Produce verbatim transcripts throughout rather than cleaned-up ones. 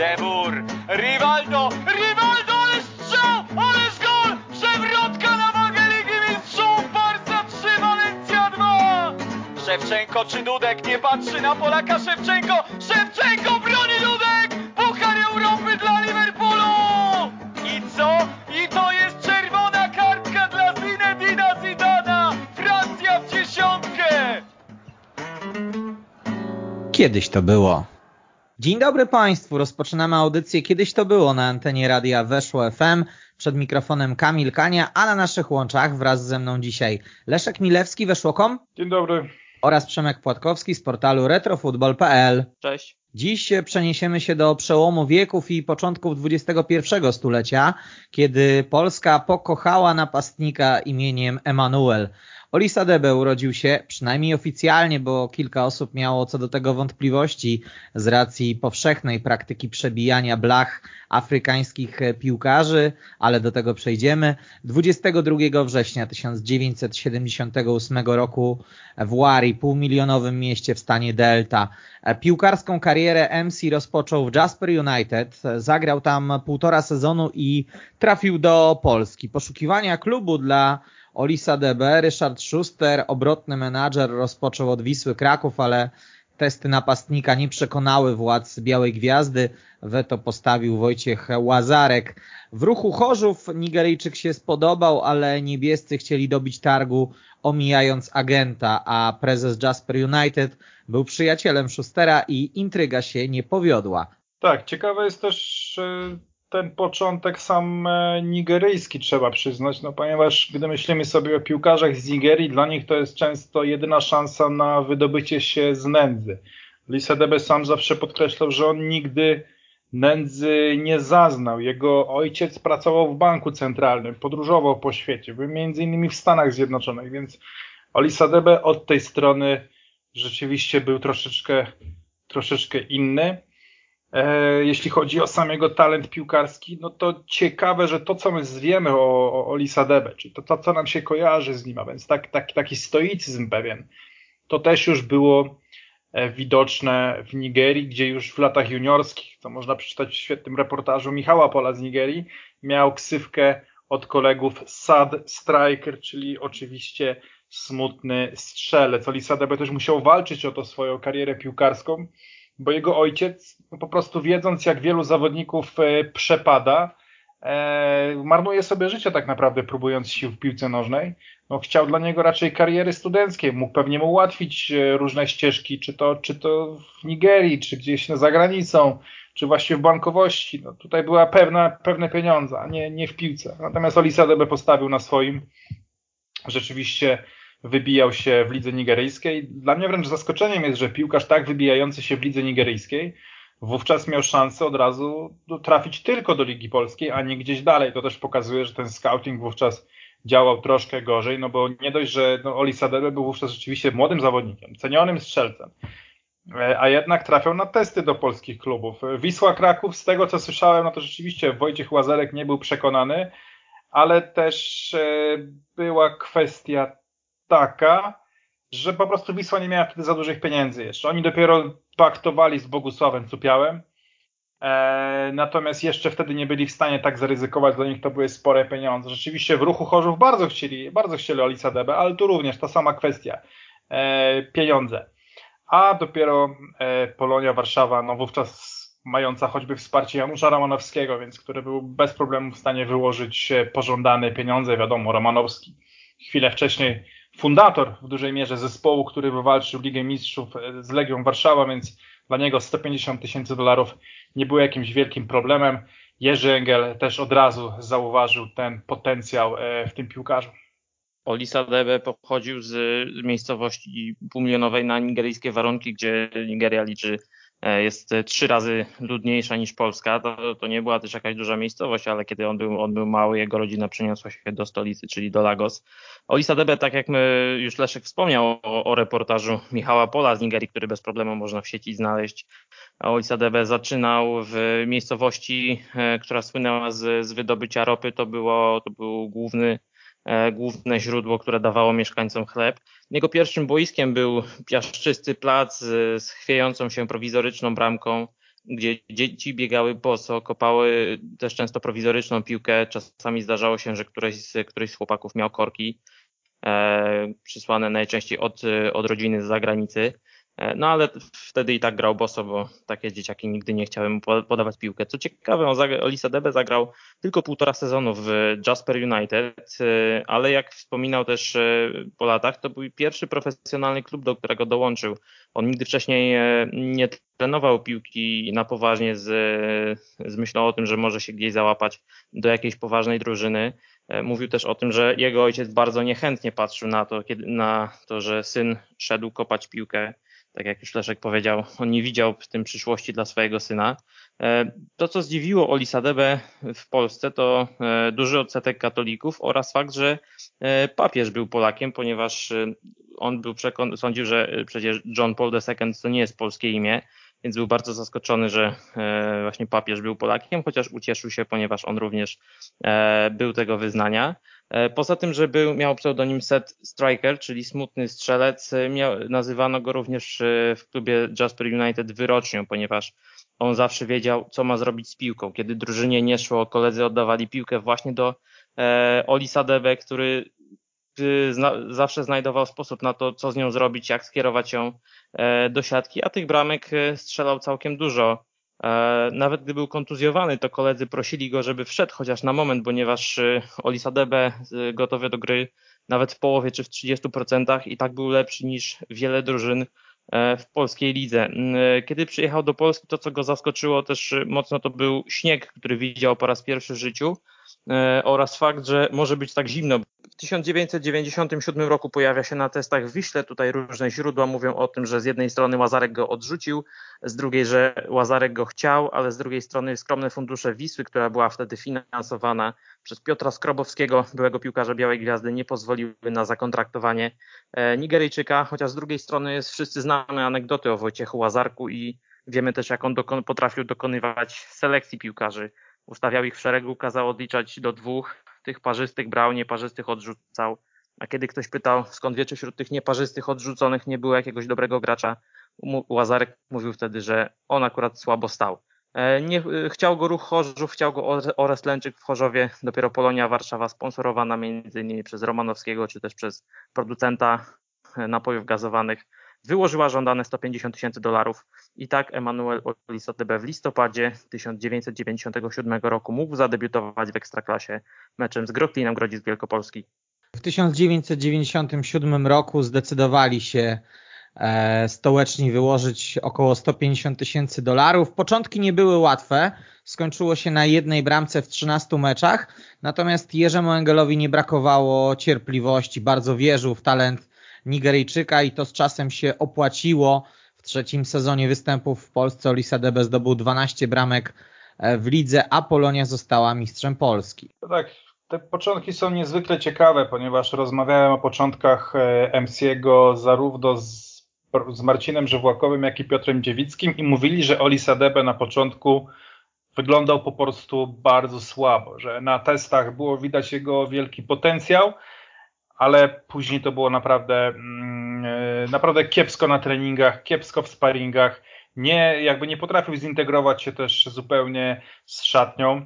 De Boer, Rivaldo, Rivaldo, ale strzał, ależ gol! Przewrotka na wagę Ligi Mistrzów, Barca trzy, Walencja dwa! Szewczenko czy Dudek, nie patrzy na Polaka Szewczenko, Szewczenko broni Dudek! Puchar Europy dla Liverpoolu! I co? I to jest czerwona kartka dla Zinedina Zidana! Francja w dziesiątkę! Kiedyś to było. Dzień dobry Państwu, rozpoczynamy audycję Kiedyś to było na antenie radia Weszło F M. Przed mikrofonem Kamil Kania, a na naszych łączach wraz ze mną dzisiaj Leszek Milewski, Weszło kropka com. Dzień dobry. Oraz Przemek Płatkowski z portalu retrofutbol kropka p l. Cześć. Dziś przeniesiemy się do przełomu wieków i początków dwudziestego pierwszego stulecia, kiedy Polska pokochała napastnika imieniem Emanuel. Olisa Debe urodził się, przynajmniej oficjalnie, bo kilka osób miało co do tego wątpliwości z racji powszechnej praktyki przebijania blach afrykańskich piłkarzy, ale do tego przejdziemy. dwudziestego drugiego września tysiąc dziewięćset siedemdziesiątego ósmego roku w Wari, półmilionowym mieście w stanie Delta. Piłkarską karierę M C rozpoczął w Jasper United, zagrał tam półtora sezonu i trafił do Polski. Poszukiwania klubu dla Olisa Debe, Ryszard Schuster, obrotny menadżer, rozpoczął od Wisły Kraków, ale testy napastnika nie przekonały władz Białej Gwiazdy. Weto postawił Wojciech Łazarek. W Ruchu Chorzów Nigeryjczyk się spodobał, ale niebiescy chcieli dobić targu, omijając agenta, a prezes Jasper United był przyjacielem Schustera i intryga się nie powiodła. Tak, ciekawe jest też ten początek sam nigeryjski, trzeba przyznać, no ponieważ gdy myślimy sobie o piłkarzach z Nigerii, dla nich to jest często jedyna szansa na wydobycie się z nędzy. Olisa Debe sam zawsze podkreślał, że on nigdy nędzy nie zaznał. Jego ojciec pracował w banku centralnym, podróżował po świecie, był między innymi w Stanach Zjednoczonych, więc Olisa Debe od tej strony rzeczywiście był troszeczkę, troszeczkę inny. Jeśli chodzi o sam jego talent piłkarski, no to ciekawe, że to, co my wiemy o, o Olisa Debe, czyli to, to, co nam się kojarzy z nim, a więc tak, tak, taki stoicyzm pewien, to też już było widoczne w Nigerii, gdzie już w latach juniorskich, to można przeczytać w świetnym reportażu Michała Pola z Nigerii, miał ksywkę od kolegów Sad Striker, czyli oczywiście smutny strzelec. Olisa Debe też musiał walczyć o to swoją karierę piłkarską, bo jego ojciec, no po prostu wiedząc, jak wielu zawodników e, przepada, e, marnuje sobie życie tak naprawdę, próbując sił w piłce nożnej. No, chciał dla niego raczej kariery studenckiej, mógł pewnie mu ułatwić e, różne ścieżki, czy to, czy to w Nigerii, czy gdzieś za granicą, czy właśnie w bankowości. No, tutaj była pewna, pewne pieniądze, a nie, nie w piłce. Natomiast Olisa Debe postawił na swoim, rzeczywiście wybijał się w lidze nigeryjskiej. Dla mnie wręcz zaskoczeniem jest, że piłkarz tak wybijający się w lidze nigeryjskiej wówczas miał szansę od razu trafić tylko do Ligi Polskiej, a nie gdzieś dalej. To też pokazuje, że ten scouting wówczas działał troszkę gorzej, no bo nie dość, że no, Olisa Debe był wówczas rzeczywiście młodym zawodnikiem, cenionym strzelcem, a jednak trafiał na testy do polskich klubów. Wisła Kraków, z tego co słyszałem, no to rzeczywiście Wojciech Łazarek nie był przekonany, ale też e, była kwestia taka, że po prostu Wisła nie miała wtedy za dużych pieniędzy jeszcze. Oni dopiero paktowali z Bogusławem Cupiałem, e, natomiast jeszcze wtedy nie byli w stanie tak zaryzykować, dla nich to były spore pieniądze. Rzeczywiście w Ruchu Chorzów bardzo chcieli, bardzo chcieli Olisa Debe, ale tu również ta sama kwestia, e, pieniądze. A dopiero e, Polonia Warszawa, no wówczas mająca choćby wsparcie Janusza Romanowskiego, więc który był bez problemu w stanie wyłożyć pożądane pieniądze. Wiadomo, Romanowski chwilę wcześniej fundator w dużej mierze zespołu, który wywalczył Ligę Mistrzów z Legią Warszawa, więc dla niego sto pięćdziesiąt tysięcy dolarów nie było jakimś wielkim problemem. Jerzy Engel też od razu zauważył ten potencjał w tym piłkarzu. Olisa Debe pochodził z miejscowości półmilionowej na nigeryjskie warunki, gdzie Nigeria liczy jest trzy razy ludniejsza niż Polska. To, to nie była też jakaś duża miejscowość, ale kiedy on był, on był mały, jego rodzina przeniosła się do stolicy, czyli do Lagos. Olisa Debe, tak jak my już Leszek wspomniał o, o reportażu Michała Pola z Nigerii, który bez problemu można w sieci znaleźć. Olisa Debe zaczynał w miejscowości, e, która słynęła z, z wydobycia ropy. To było, to był główny główne źródło, które dawało mieszkańcom chleb. Jego pierwszym boiskiem był piaszczysty plac z chwiejącą się prowizoryczną bramką. gdzie dzieci biegały boso, kopały też często prowizoryczną piłkę. Czasami zdarzało się, że któryś z, któryś z chłopaków miał korki, e, przysłane najczęściej od, od rodziny z zagranicy. No ale wtedy i tak grał boso, bo takie dzieciaki nigdy nie chciały mu podawać piłkę. Co ciekawe, on zagra, Olisa Debe zagrał tylko półtora sezonu w Jasper United, ale jak wspominał też po latach, to był pierwszy profesjonalny klub, do którego dołączył. On nigdy wcześniej nie trenował piłki na poważnie z, z myślą o tym, że może się gdzieś załapać do jakiejś poważnej drużyny. Mówił też o tym, że jego ojciec bardzo niechętnie patrzył na to, kiedy, na to, że syn szedł kopać piłkę. Tak jak już Leszek powiedział, on nie widział w tym przyszłości dla swojego syna. To, co zdziwiło Olisa Debe w Polsce, to duży odsetek katolików oraz fakt, że papież był Polakiem, ponieważ on był przekon- sądził, że przecież John Paul the Second to nie jest polskie imię, więc był bardzo zaskoczony, że właśnie papież był Polakiem, chociaż ucieszył się, ponieważ on również był tego wyznania. Poza tym, że był, miał pseudonim Set Striker, czyli smutny strzelec, miał, nazywano go również w klubie Jasper United wyrocznią, ponieważ on zawsze wiedział, co ma zrobić z piłką. Kiedy drużynie nie szło, koledzy oddawali piłkę właśnie do e, Olisa Debe, który y, zna, zawsze znajdował sposób na to, co z nią zrobić, jak skierować ją e, do siatki, a tych bramek strzelał całkiem dużo. Nawet gdy był kontuzjowany, to koledzy prosili go, żeby wszedł chociaż na moment, ponieważ Olisa Debe gotowy do gry nawet w połowie czy w trzydziestu procentach i tak był lepszy niż wiele drużyn w polskiej lidze. Kiedy przyjechał do Polski, to co go zaskoczyło też mocno, to był śnieg, który widział po raz pierwszy w życiu oraz fakt, że może być tak zimno. W tysiąc dziewięćset dziewięćdziesiątym siódmym roku pojawia się na testach w Wiśle. Tutaj różne źródła mówią o tym, że z jednej strony Łazarek go odrzucił, z drugiej, że Łazarek go chciał, ale z drugiej strony skromne fundusze Wisły, która była wtedy finansowana przez Piotra Skrobowskiego, byłego piłkarza Białej Gwiazdy, nie pozwoliły na zakontraktowanie Nigeryjczyka, chociaż z drugiej strony jest, wszyscy znamy anegdoty o Wojciechu Łazarku i wiemy też, jak on dokon- potrafił dokonywać selekcji piłkarzy. Ustawiał ich w szeregu, kazał odliczać do dwóch, tych parzystych brał, nieparzystych odrzucał. A kiedy ktoś pytał, skąd wie, czy wśród tych nieparzystych odrzuconych nie było jakiegoś dobrego gracza, Łazarek mówił wtedy, że on akurat słabo stał. Nie, chciał go Ruch Chorzów, chciał go Orest Lęczyk w Chorzowie, dopiero Polonia Warszawa, sponsorowana między innymi przez Romanowskiego, czy też przez producenta napojów gazowanych, wyłożyła żądane sto pięćdziesiąt tysięcy dolarów i tak Emanuel Olisa Debe w listopadzie tysiąc dziewięćset dziewięćdziesiątego siódmego roku mógł zadebiutować w Ekstraklasie meczem z Groklinem Grodzisk Wielkopolski. W tysiąc dziewięćset dziewięćdziesiątym siódmym roku zdecydowali się e, stołeczni wyłożyć około sto pięćdziesiąt tysięcy dolarów. Początki nie były łatwe, skończyło się na jednej bramce w trzynastu meczach, natomiast Jerzemu Engelowi nie brakowało cierpliwości, bardzo wierzył w talent Nigeryjczyka i to z czasem się opłaciło. W trzecim sezonie występów w Polsce Olisa Debe zdobył dwanaście bramek w lidze, a Polonia została mistrzem Polski. Tak, te początki są niezwykle ciekawe, ponieważ rozmawiałem o początkach M C'ego zarówno z, z Marcinem Żywłakowym, jak i Piotrem Dziewickim i mówili, że Olisa Debe na początku wyglądał po prostu bardzo słabo, że na testach było widać jego wielki potencjał, ale później to było naprawdę, naprawdę kiepsko na treningach, kiepsko w sparingach. Nie, jakby nie potrafił zintegrować się też zupełnie z szatnią.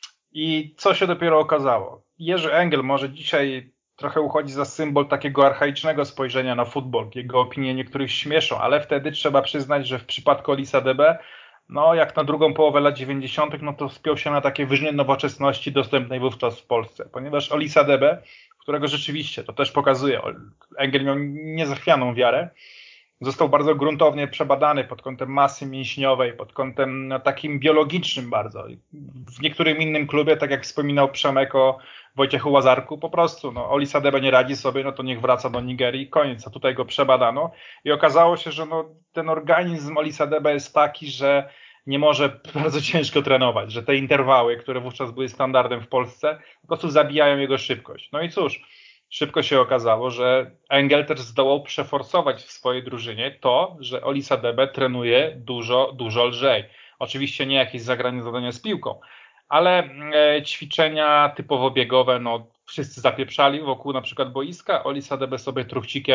I co się dopiero okazało? Jerzy Engel może dzisiaj trochę uchodzi za symbol takiego archaicznego spojrzenia na futbol. Jego opinie niektórych śmieszą, ale wtedy trzeba przyznać, że w przypadku Olisa Debe, no jak na drugą połowę lat dziewięćdziesiątych, no to spiął się na takie wyżnie nowoczesności dostępnej wówczas w Polsce. Ponieważ Olisa Debe, którego rzeczywiście, to też pokazuje, Engel miał niezachwianą wiarę, został bardzo gruntownie przebadany pod kątem masy mięśniowej, pod kątem no, takim biologicznym bardzo. W niektórym innym klubie, tak jak wspominał Przemek o Wojciechu Łazarku, po prostu no, Olisa Debe nie radzi sobie, no to niech wraca do Nigerii i koniec. A tutaj go przebadano i okazało się, że no, ten organizm Olisa Debe jest taki, że nie może bardzo ciężko trenować, że te interwały, które wówczas były standardem w Polsce, po prostu zabijają jego szybkość. No i cóż, szybko się okazało, że Engel też zdołał przeforsować w swojej drużynie to, że Olisa Debe trenuje dużo, dużo lżej. Oczywiście nie jakieś zagranie zadania z piłką, ale e, ćwiczenia typowo biegowe, no wszyscy zapieprzali wokół na przykład boiska. Olisa Debe sobie truchcikiem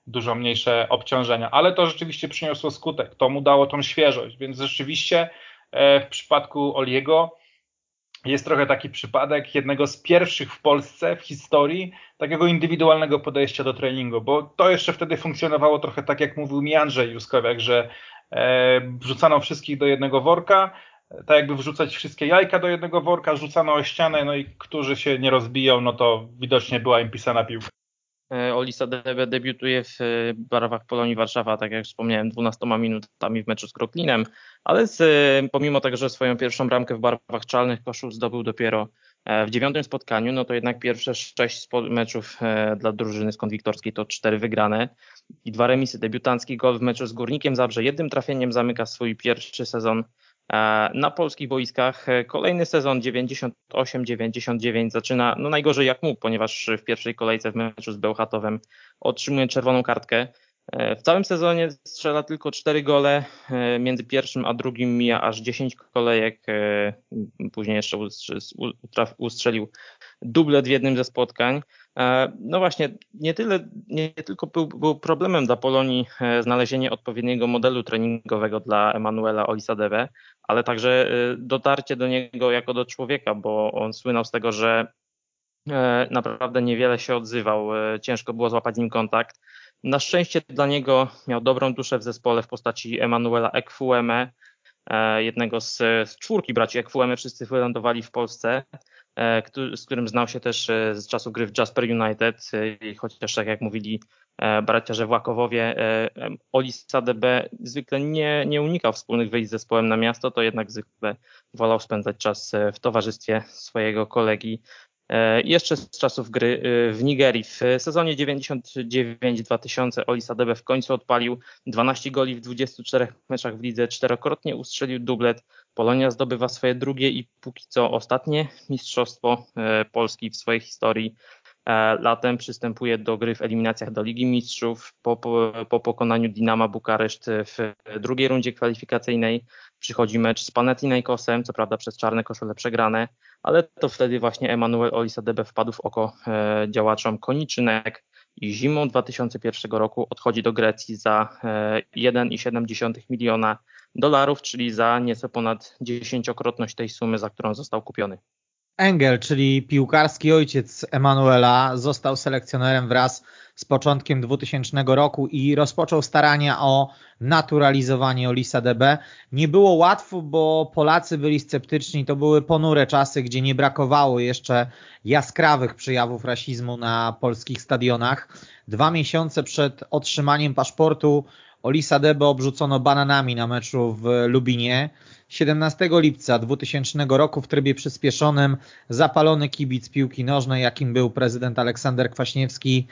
dużo mniejsze obciążenia, ale to rzeczywiście przyniosło skutek, to mu dało tą świeżość, więc rzeczywiście w przypadku Oliego jest trochę taki przypadek jednego z pierwszych w Polsce w historii takiego indywidualnego podejścia do treningu, bo to jeszcze wtedy funkcjonowało trochę tak, jak mówił mi Andrzej Juskowiak, że e, wrzucano wszystkich do jednego worka, tak jakby wrzucać wszystkie jajka do jednego worka, rzucano o ścianę, no i którzy się nie rozbiją, no to widocznie była im pisana piłka. Olisa Debe debiutuje w barwach Polonii Warszawa, tak jak wspomniałem, dwunastoma minutami w meczu z Kroklinem, ale z, pomimo tego, że swoją pierwszą bramkę w barwach czarnych Koszów zdobył dopiero w dziewiątym spotkaniu, no to jednak pierwsze sześć meczów dla drużyny z Konwiktorskiej to cztery wygrane i dwa remisy. Debiutancki gol w meczu z Górnikiem Zabrze jednym trafieniem zamyka swój pierwszy sezon na polskich boiskach. Kolejny sezon dziewięćdziesiąt osiem dziewięćdziesiąt dziewięć zaczyna no najgorzej jak mógł, ponieważ w pierwszej kolejce w meczu z Bełchatowem otrzymuje czerwoną kartkę. W całym sezonie strzela tylko cztery gole, między pierwszym a drugim mija aż dziesięć kolejek, później jeszcze ustrzelił dublet w jednym ze spotkań. No właśnie, nie tyle, nie tylko był, był problemem dla Polonii znalezienie odpowiedniego modelu treningowego dla Emanuela Olisadebe, ale także dotarcie do niego jako do człowieka, bo on słynął z tego, że naprawdę niewiele się odzywał, ciężko było złapać z nim kontakt. Na szczęście dla niego miał dobrą duszę w zespole w postaci Emanuela Ekwueme, jednego z, z czwórki braci Ekwueme, wszyscy wylądowali w Polsce, z którym znał się też z czasu gry w Jasper United, chociaż tak jak mówili bracia Żewłakowowie, Olisadebe zwykle nie, nie unikał wspólnych wyjść z zespołem na miasto, to jednak zwykle wolał spędzać czas w towarzystwie swojego kolegi. Jeszcze z czasów gry w Nigerii. W sezonie dziewięćdziesiąt dziewięć dwa tysiące Olisadebe w końcu odpalił dwanaście goli w dwudziestu czterech meczach w lidze, czterokrotnie ustrzelił dublet. Polonia zdobywa swoje drugie i póki co ostatnie mistrzostwo Polski w swojej historii. Latem przystępuje do gry w eliminacjach do Ligi Mistrzów. Po, po, po pokonaniu Dinama Bukareszt w drugiej rundzie kwalifikacyjnej przychodzi mecz z Panathinaikosem, co prawda przez czarne koszule przegrane, ale to wtedy właśnie Emanuel Olisadebe wpadł w oko e, działaczom Koniczynek i zimą dwa tysiące pierwszego roku odchodzi do Grecji za e, jeden i siedem dziesiątych miliona dolarów, czyli za nieco ponad dziesięciokrotność tej sumy, za którą został kupiony. Engel, czyli piłkarski ojciec Emanuela, został selekcjonerem wraz z początkiem dwutysięcznego roku i rozpoczął starania o naturalizowanie Olisadebe. Nie było łatwo, bo Polacy byli sceptyczni. To były ponure czasy, gdzie nie brakowało jeszcze jaskrawych przejawów rasizmu na polskich stadionach. Dwa miesiące przed otrzymaniem paszportu Olisadebe obrzucono bananami na meczu w Lubinie. siedemnastego lipca dwutysięcznego roku w trybie przyspieszonym zapalony kibic piłki nożnej, jakim był prezydent Aleksander Kwaśniewski,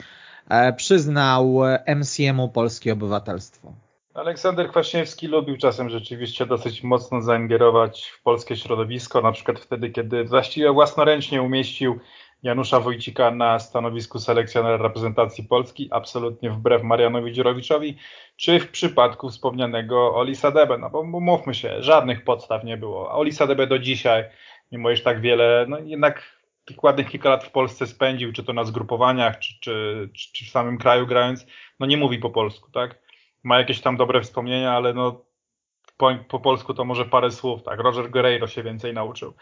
przyznał M C M-u polskie obywatelstwo. Aleksander Kwaśniewski lubił czasem rzeczywiście dosyć mocno zaingerować w polskie środowisko, na przykład wtedy, kiedy właściwie własnoręcznie umieścił Janusza Wójcika na stanowisku selekcjonera reprezentacji Polski, absolutnie wbrew Marianowi Dziurowiczowi, czy w przypadku wspomnianego Olisadebe, no bo mówmy się, żadnych podstaw nie było. Olisadebe do dzisiaj, mimo iż tak wiele, no jednak tych ładnych kilka lat w Polsce spędził, czy to na zgrupowaniach, czy, czy, czy, czy w samym kraju grając, no nie mówi po polsku, tak? Ma jakieś tam dobre wspomnienia, ale no po, po polsku to może parę słów, tak? Roger Guerreiro się więcej nauczył.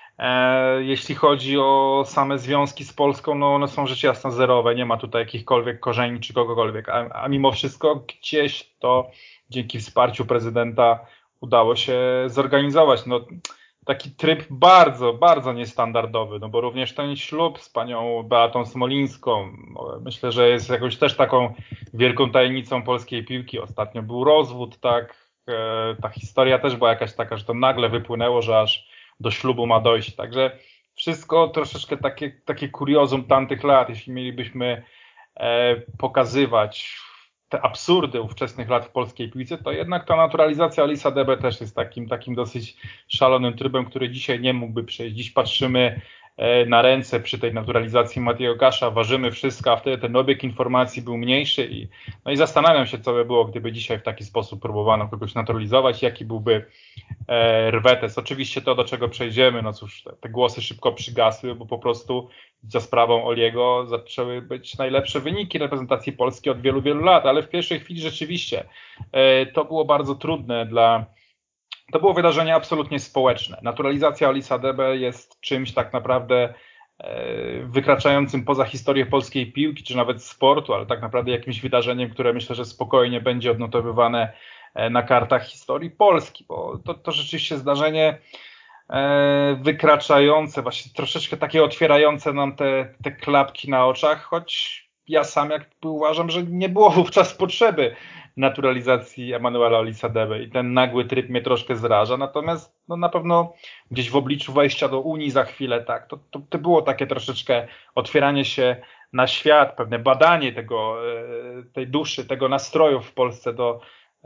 E, jeśli chodzi o same związki z Polską, no one są rzecz jasna zerowe, nie ma tutaj jakichkolwiek korzeni czy kogokolwiek, a, a mimo wszystko gdzieś to dzięki wsparciu prezydenta udało się zorganizować. No, taki tryb bardzo, bardzo niestandardowy, no bo również ten ślub z panią Beatą Smolińską, no, myślę, że jest jakąś też taką wielką tajemnicą polskiej piłki. Ostatnio był rozwód, tak, e, ta historia też była jakaś taka, że to nagle wypłynęło, że aż do ślubu ma dojść. Także wszystko troszeczkę takie, takie kuriozum tamtych lat. Jeśli mielibyśmy e, pokazywać te absurdy ówczesnych lat w polskiej piłce, to jednak ta naturalizacja Olisadebe też jest takim, takim dosyć szalonym trybem, który dzisiaj nie mógłby przejść. Dziś patrzymy na ręce przy tej naturalizacji Matiego Kasza, ważymy wszystko, a wtedy ten obieg informacji był mniejszy i, no i zastanawiam się, co by było, gdyby dzisiaj w taki sposób próbowano kogoś naturalizować, jaki byłby e, rwetes. Oczywiście to, do czego przejdziemy, no cóż, te, te głosy szybko przygasły, bo po prostu za sprawą Oliego zaczęły być najlepsze wyniki reprezentacji Polski od wielu, wielu lat, ale w pierwszej chwili rzeczywiście e, to było bardzo trudne dla To było wydarzenie absolutnie społeczne. Naturalizacja Olisa Debe jest czymś tak naprawdę e, wykraczającym poza historię polskiej piłki, czy nawet sportu, ale tak naprawdę jakimś wydarzeniem, które myślę, że spokojnie będzie odnotowywane e, na kartach historii Polski, bo to, to rzeczywiście zdarzenie e, wykraczające, właśnie troszeczkę takie otwierające nam te, te klapki na oczach, choć ja sam jakby uważam, że nie było wówczas potrzeby naturalizacji Emanuela Olisa Debe i ten nagły tryb mnie troszkę zraża, natomiast no, na pewno gdzieś w obliczu wejścia do Unii za chwilę, tak, to, to, to było takie troszeczkę otwieranie się na świat, pewne badanie tego, tej duszy, tego nastroju w Polsce do,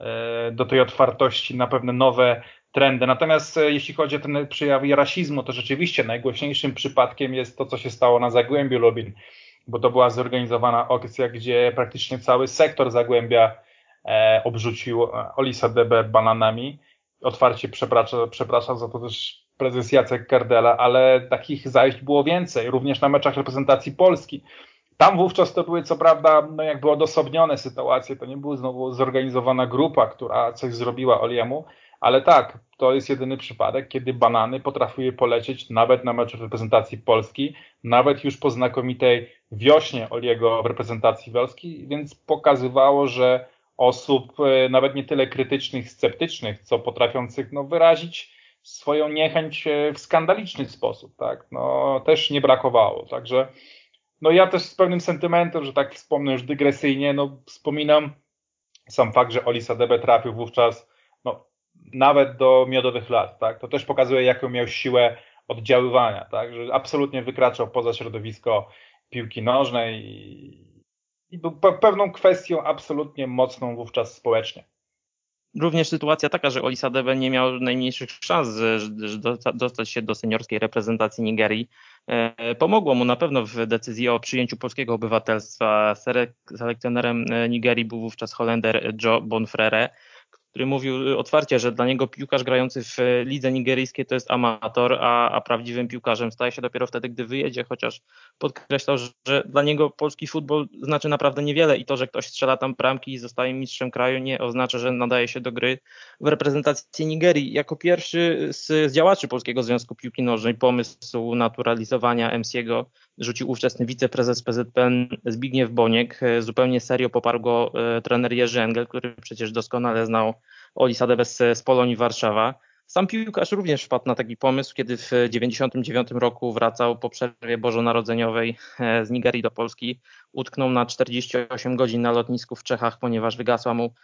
do tej otwartości na pewne nowe trendy. Natomiast jeśli chodzi o ten przejawy rasizmu, to rzeczywiście najgłośniejszym przypadkiem jest to, co się stało na Zagłębiu Lubin, bo to była zorganizowana akcja, gdzie praktycznie cały sektor Zagłębia e, obrzucił Olisa Debe bananami. Otwarcie przepraszam, przepraszam za to też prezes Jacek Kardela, ale takich zajść było więcej, również na meczach reprezentacji Polski. Tam wówczas to były co prawda no jakby odosobnione sytuacje, to nie była znowu zorganizowana grupa, która coś zrobiła Oliemu, ale tak, to jest jedyny przypadek, kiedy banany potrafiły polecieć nawet na meczu reprezentacji Polski, nawet już po znakomitej wiośnie Oliego w reprezentacji Polski, więc pokazywało, że osób nawet nie tyle krytycznych, sceptycznych, co potrafiących no, wyrazić swoją niechęć w skandaliczny sposób, tak, no też nie brakowało, także no ja też z pewnym sentymentem, że tak wspomnę już dygresyjnie, no wspominam sam fakt, że Olisa Debe trafił wówczas no, nawet do miodowych lat, tak? To też pokazuje, jaką miał siłę oddziaływania, tak? Że absolutnie wykraczał poza środowisko piłki nożnej i, i był pe- pewną kwestią absolutnie mocną wówczas społecznie. Również sytuacja taka, że Olisa Debe nie miał najmniejszych szans, że, że dostać się do seniorskiej reprezentacji Nigerii. E, pomogło mu na pewno w decyzji o przyjęciu polskiego obywatelstwa. Selekcjonerem Nigerii był wówczas Holender Joe Bonfrere, który mówił otwarcie, że dla niego piłkarz grający w lidze nigeryjskiej to jest amator, a, a prawdziwym piłkarzem staje się dopiero wtedy, gdy wyjedzie, chociaż podkreślał, że, że dla niego polski futbol znaczy naprawdę niewiele i to, że ktoś strzela tam bramki i zostaje mistrzem kraju, nie oznacza, że nadaje się do gry w reprezentacji Nigerii. Jako pierwszy z, z działaczy Polskiego Związku Piłki Nożnej pomysł naturalizowania M C go rzucił ówczesny wiceprezes P Z P N Zbigniew Boniek. Zupełnie serio poparł go e, trener Jerzy Engel, który przecież doskonale znał Olisa Debe z, z Polonii Warszawa. Sam piłkarz również wpadł na taki pomysł, kiedy w dziewięćdziesiątym dziewiątym roku wracał po przerwie bożonarodzeniowej z Nigerii do Polski. Utknął na czterdzieści osiem godzin na lotnisku w Czechach, ponieważ wygasła mu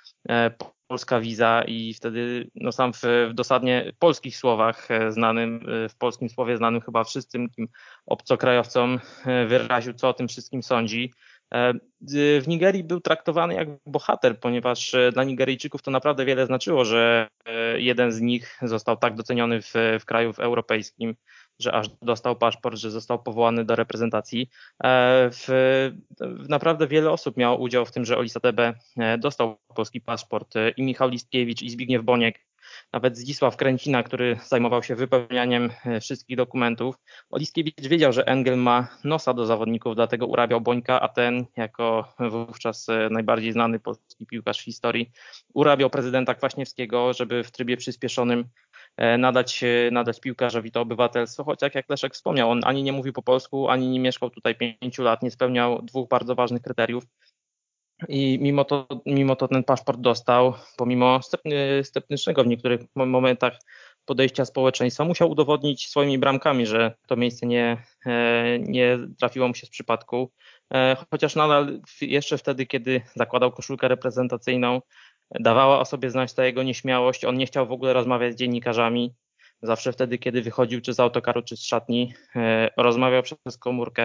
polska wiza i wtedy no sam w, w dosadnie polskich słowach znanym, w polskim słowie znanym chyba wszystkim obcokrajowcom wyraził, co o tym wszystkim sądzi. W Nigerii był traktowany jak bohater, ponieważ dla Nigeryjczyków to naprawdę wiele znaczyło, że jeden z nich został tak doceniony w, w kraju europejskim, że aż dostał paszport, że został powołany do reprezentacji. W, w naprawdę wiele osób miało udział w tym, że Olisa Debe dostał polski paszport. I Michał Listkiewicz, i Zbigniew Boniek, nawet Zdzisław Kręcina, który zajmował się wypełnianiem wszystkich dokumentów. Listkiewicz wiedział, że Engel ma nosa do zawodników, dlatego urabiał Bońka, a ten, jako wówczas najbardziej znany polski piłkarz w historii, urabiał prezydenta Kwaśniewskiego, żeby w trybie przyspieszonym nadać, nadać piłkarzowi to obywatelstwo, chociaż jak Leszek wspomniał, on ani nie mówił po polsku, ani nie mieszkał tutaj pięciu lat, nie spełniał dwóch bardzo ważnych kryteriów. I mimo to, mimo to ten paszport dostał, pomimo sceptycznego w niektórych momentach podejścia społeczeństwa, musiał udowodnić swoimi bramkami, że to miejsce nie, nie trafiło mu się z przypadku. Chociaż nadal jeszcze wtedy, kiedy zakładał koszulkę reprezentacyjną, dawała o sobie znać ta jego nieśmiałość. On nie chciał w ogóle rozmawiać z dziennikarzami. Zawsze wtedy, kiedy wychodził czy z autokaru, czy z szatni, rozmawiał przez komórkę.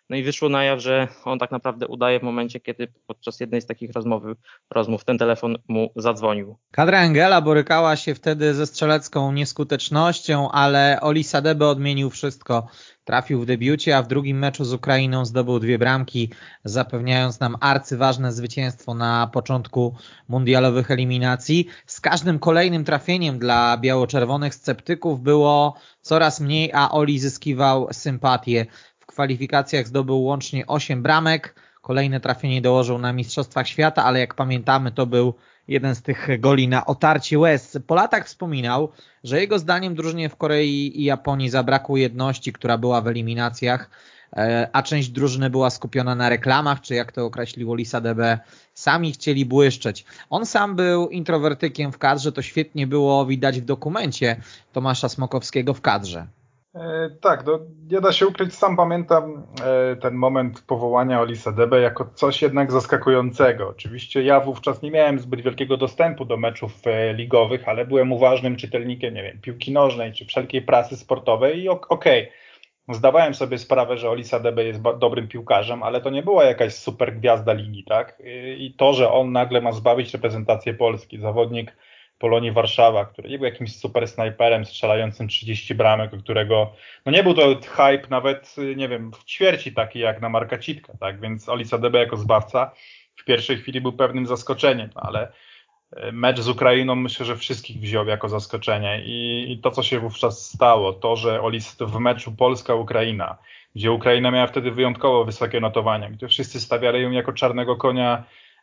No i wyszło na jaw, że on tak naprawdę udaje w momencie, kiedy podczas jednej z takich rozmów, rozmów ten telefon mu zadzwonił. Kadra Engela borykała się wtedy ze strzelecką nieskutecznością, ale Oli Sadebe odmienił wszystko. Trafił w debiucie, a w drugim meczu z Ukrainą zdobył dwie bramki, zapewniając nam arcyważne zwycięstwo na początku mundialowych eliminacji. Z każdym kolejnym trafieniem dla biało-czerwonych sceptyków było coraz mniej, a Oli zyskiwał sympatię. W kwalifikacjach zdobył łącznie osiem bramek. Kolejne trafienie dołożył na Mistrzostwach Świata, ale jak pamiętamy, to był jeden z tych goli na otarcie łez. Po latach wspominał, że jego zdaniem drużynie w Korei i Japonii zabrakło jedności, która była w eliminacjach, a część drużyny była skupiona na reklamach, czy jak to określił Oli Sadebe, sami chcieli błyszczeć. On sam był introwertykiem w kadrze, to świetnie było widać w dokumencie Tomasza Smokowskiego w kadrze. E, tak, no, nie da się ukryć, sam pamiętam e, ten moment powołania Oli Sadebe jako coś jednak zaskakującego. Oczywiście ja wówczas nie miałem zbyt wielkiego dostępu do meczów e, ligowych, ale byłem uważnym czytelnikiem, nie wiem, piłki nożnej czy wszelkiej prasy sportowej i ok, okej, okay, zdawałem sobie sprawę, że Oli Sadebe jest ba- dobrym piłkarzem, ale to nie była jakaś super gwiazda ligi, tak? I, i to, że on nagle ma zbawić reprezentację Polski, zawodnik Polonii Warszawa, który nie był jakimś super snajperem strzelającym trzydzieści bramek, o którego, no nie był to hype nawet, nie wiem, w ćwierci taki jak na Marka Citka, tak, więc Oli Sadebe jako zbawca w pierwszej chwili był pewnym zaskoczeniem, no ale mecz z Ukrainą myślę, że wszystkich wziął jako zaskoczenie i, i to, co się wówczas stało, to, że Oli w meczu Polska-Ukraina, gdzie Ukraina miała wtedy wyjątkowo wysokie notowania, gdzie wszyscy stawiali ją jako czarnego konia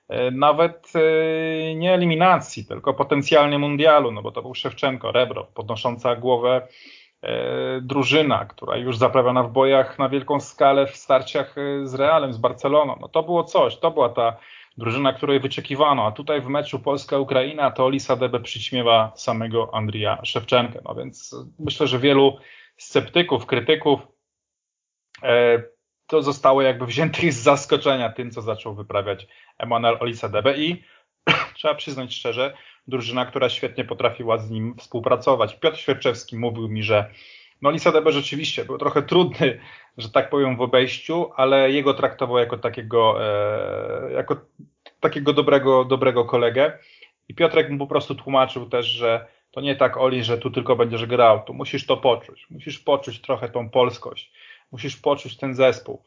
nawet nie eliminacji, tylko potencjalnie mundialu, no bo to był Szewczenko, Rebrow, podnosząca głowę drużyna, która już zaprawiona w bojach na wielką skalę w starciach z Realem, z Barceloną. No to było coś, to była ta drużyna, której wyczekiwano, a tutaj w meczu Polska-Ukraina to Oli Sadebe przyćmiewa samego Andrija Szewczenkę. No więc myślę, że wielu sceptyków, krytyków e, to zostało jakby wziętych z zaskoczenia tym, co zaczął wyprawiać Emmanuel Oli Sadebe i trzeba przyznać szczerze, drużyna, która świetnie potrafiła z nim współpracować. Piotr Świerczewski mówił mi, że no Oli Sadebe rzeczywiście był trochę trudny, że tak powiem, w obejściu, ale jego traktował jako takiego, e, jako takiego dobrego, dobrego kolegę. I Piotrek mu po prostu tłumaczył też, że to nie tak, Oli, że tu tylko będziesz grał, tu musisz to poczuć. Musisz poczuć trochę tą polskość. Musisz poczuć ten zespół.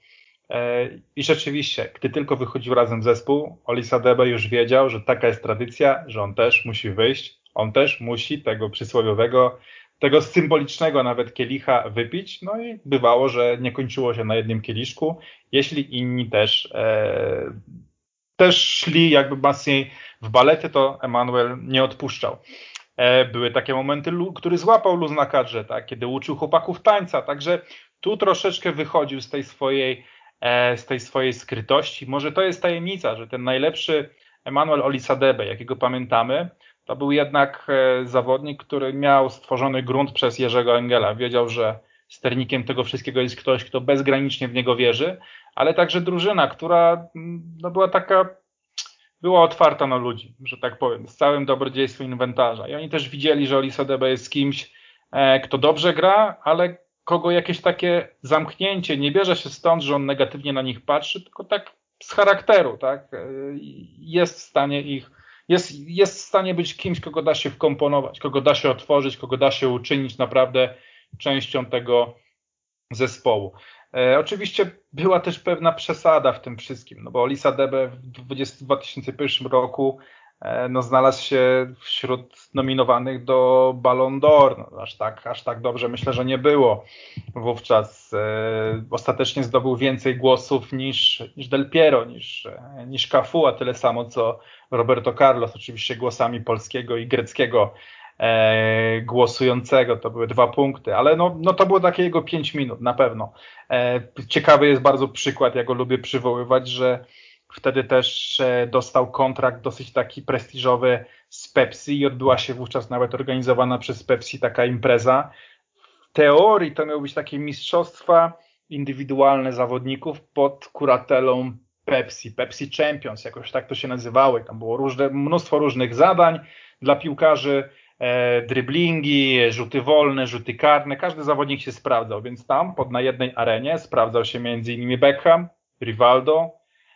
I rzeczywiście, gdy tylko wychodził razem zespół, Oli Sadebe już wiedział, że taka jest tradycja, że on też musi wyjść, on też musi tego przysłowiowego, tego symbolicznego nawet kielicha wypić. No i bywało, że nie kończyło się na jednym kieliszku, jeśli inni też, e, też szli jakby mocniej w balety, to Emmanuel nie odpuszczał. E, były takie momenty, który złapał luz na kadrze, tak, kiedy uczył chłopaków tańca, także tu troszeczkę wychodził z tej swojej z tej swojej skrytości. Może to jest tajemnica, że ten najlepszy Emmanuel Oli Sadebe, jakiego pamiętamy, to był jednak zawodnik, który miał stworzony grunt przez Jerzego Engela. Wiedział, że sternikiem tego wszystkiego jest ktoś, kto bezgranicznie w niego wierzy, ale także drużyna, która no, była taka, była otwarta na ludzi, że tak powiem, z całym dobrodziejstwem inwentarza. I oni też widzieli, że Oli Sadebe jest kimś, kto dobrze gra, ale kogo jakieś takie zamknięcie nie bierze się stąd, że on negatywnie na nich patrzy, tylko tak z charakteru, tak? Jest w stanie ich, jest, jest w stanie być kimś, kogo da się wkomponować, kogo da się otworzyć, kogo da się uczynić naprawdę częścią tego zespołu. E, oczywiście była też pewna przesada w tym wszystkim, no bo Oli Sadebe w dwa tysiące pierwszym roku no, znalazł się wśród nominowanych do Ballon d'Or. No, aż, tak, aż tak dobrze myślę, że nie było wówczas. E, ostatecznie zdobył więcej głosów niż, niż Del Piero, niż, niż Cafu, a tyle samo co Roberto Carlos, oczywiście głosami polskiego i greckiego e, głosującego. To były dwa punkty, ale no, no to było takie jego pięć minut na pewno. E, ciekawy jest bardzo przykład, ja go lubię przywoływać, że wtedy też dostał kontrakt dosyć taki prestiżowy z Pepsi i odbyła się wówczas nawet organizowana przez Pepsi taka impreza. W teorii to miały być takie mistrzostwa indywidualne zawodników pod kuratelą Pepsi, Pepsi Champions, jakoś tak to się nazywało. I tam było różne, mnóstwo różnych zadań dla piłkarzy. e, driblingi, rzuty wolne, rzuty karne, każdy zawodnik się sprawdzał, więc tam pod na jednej arenie sprawdzał się między innymi Beckham, Rivaldo,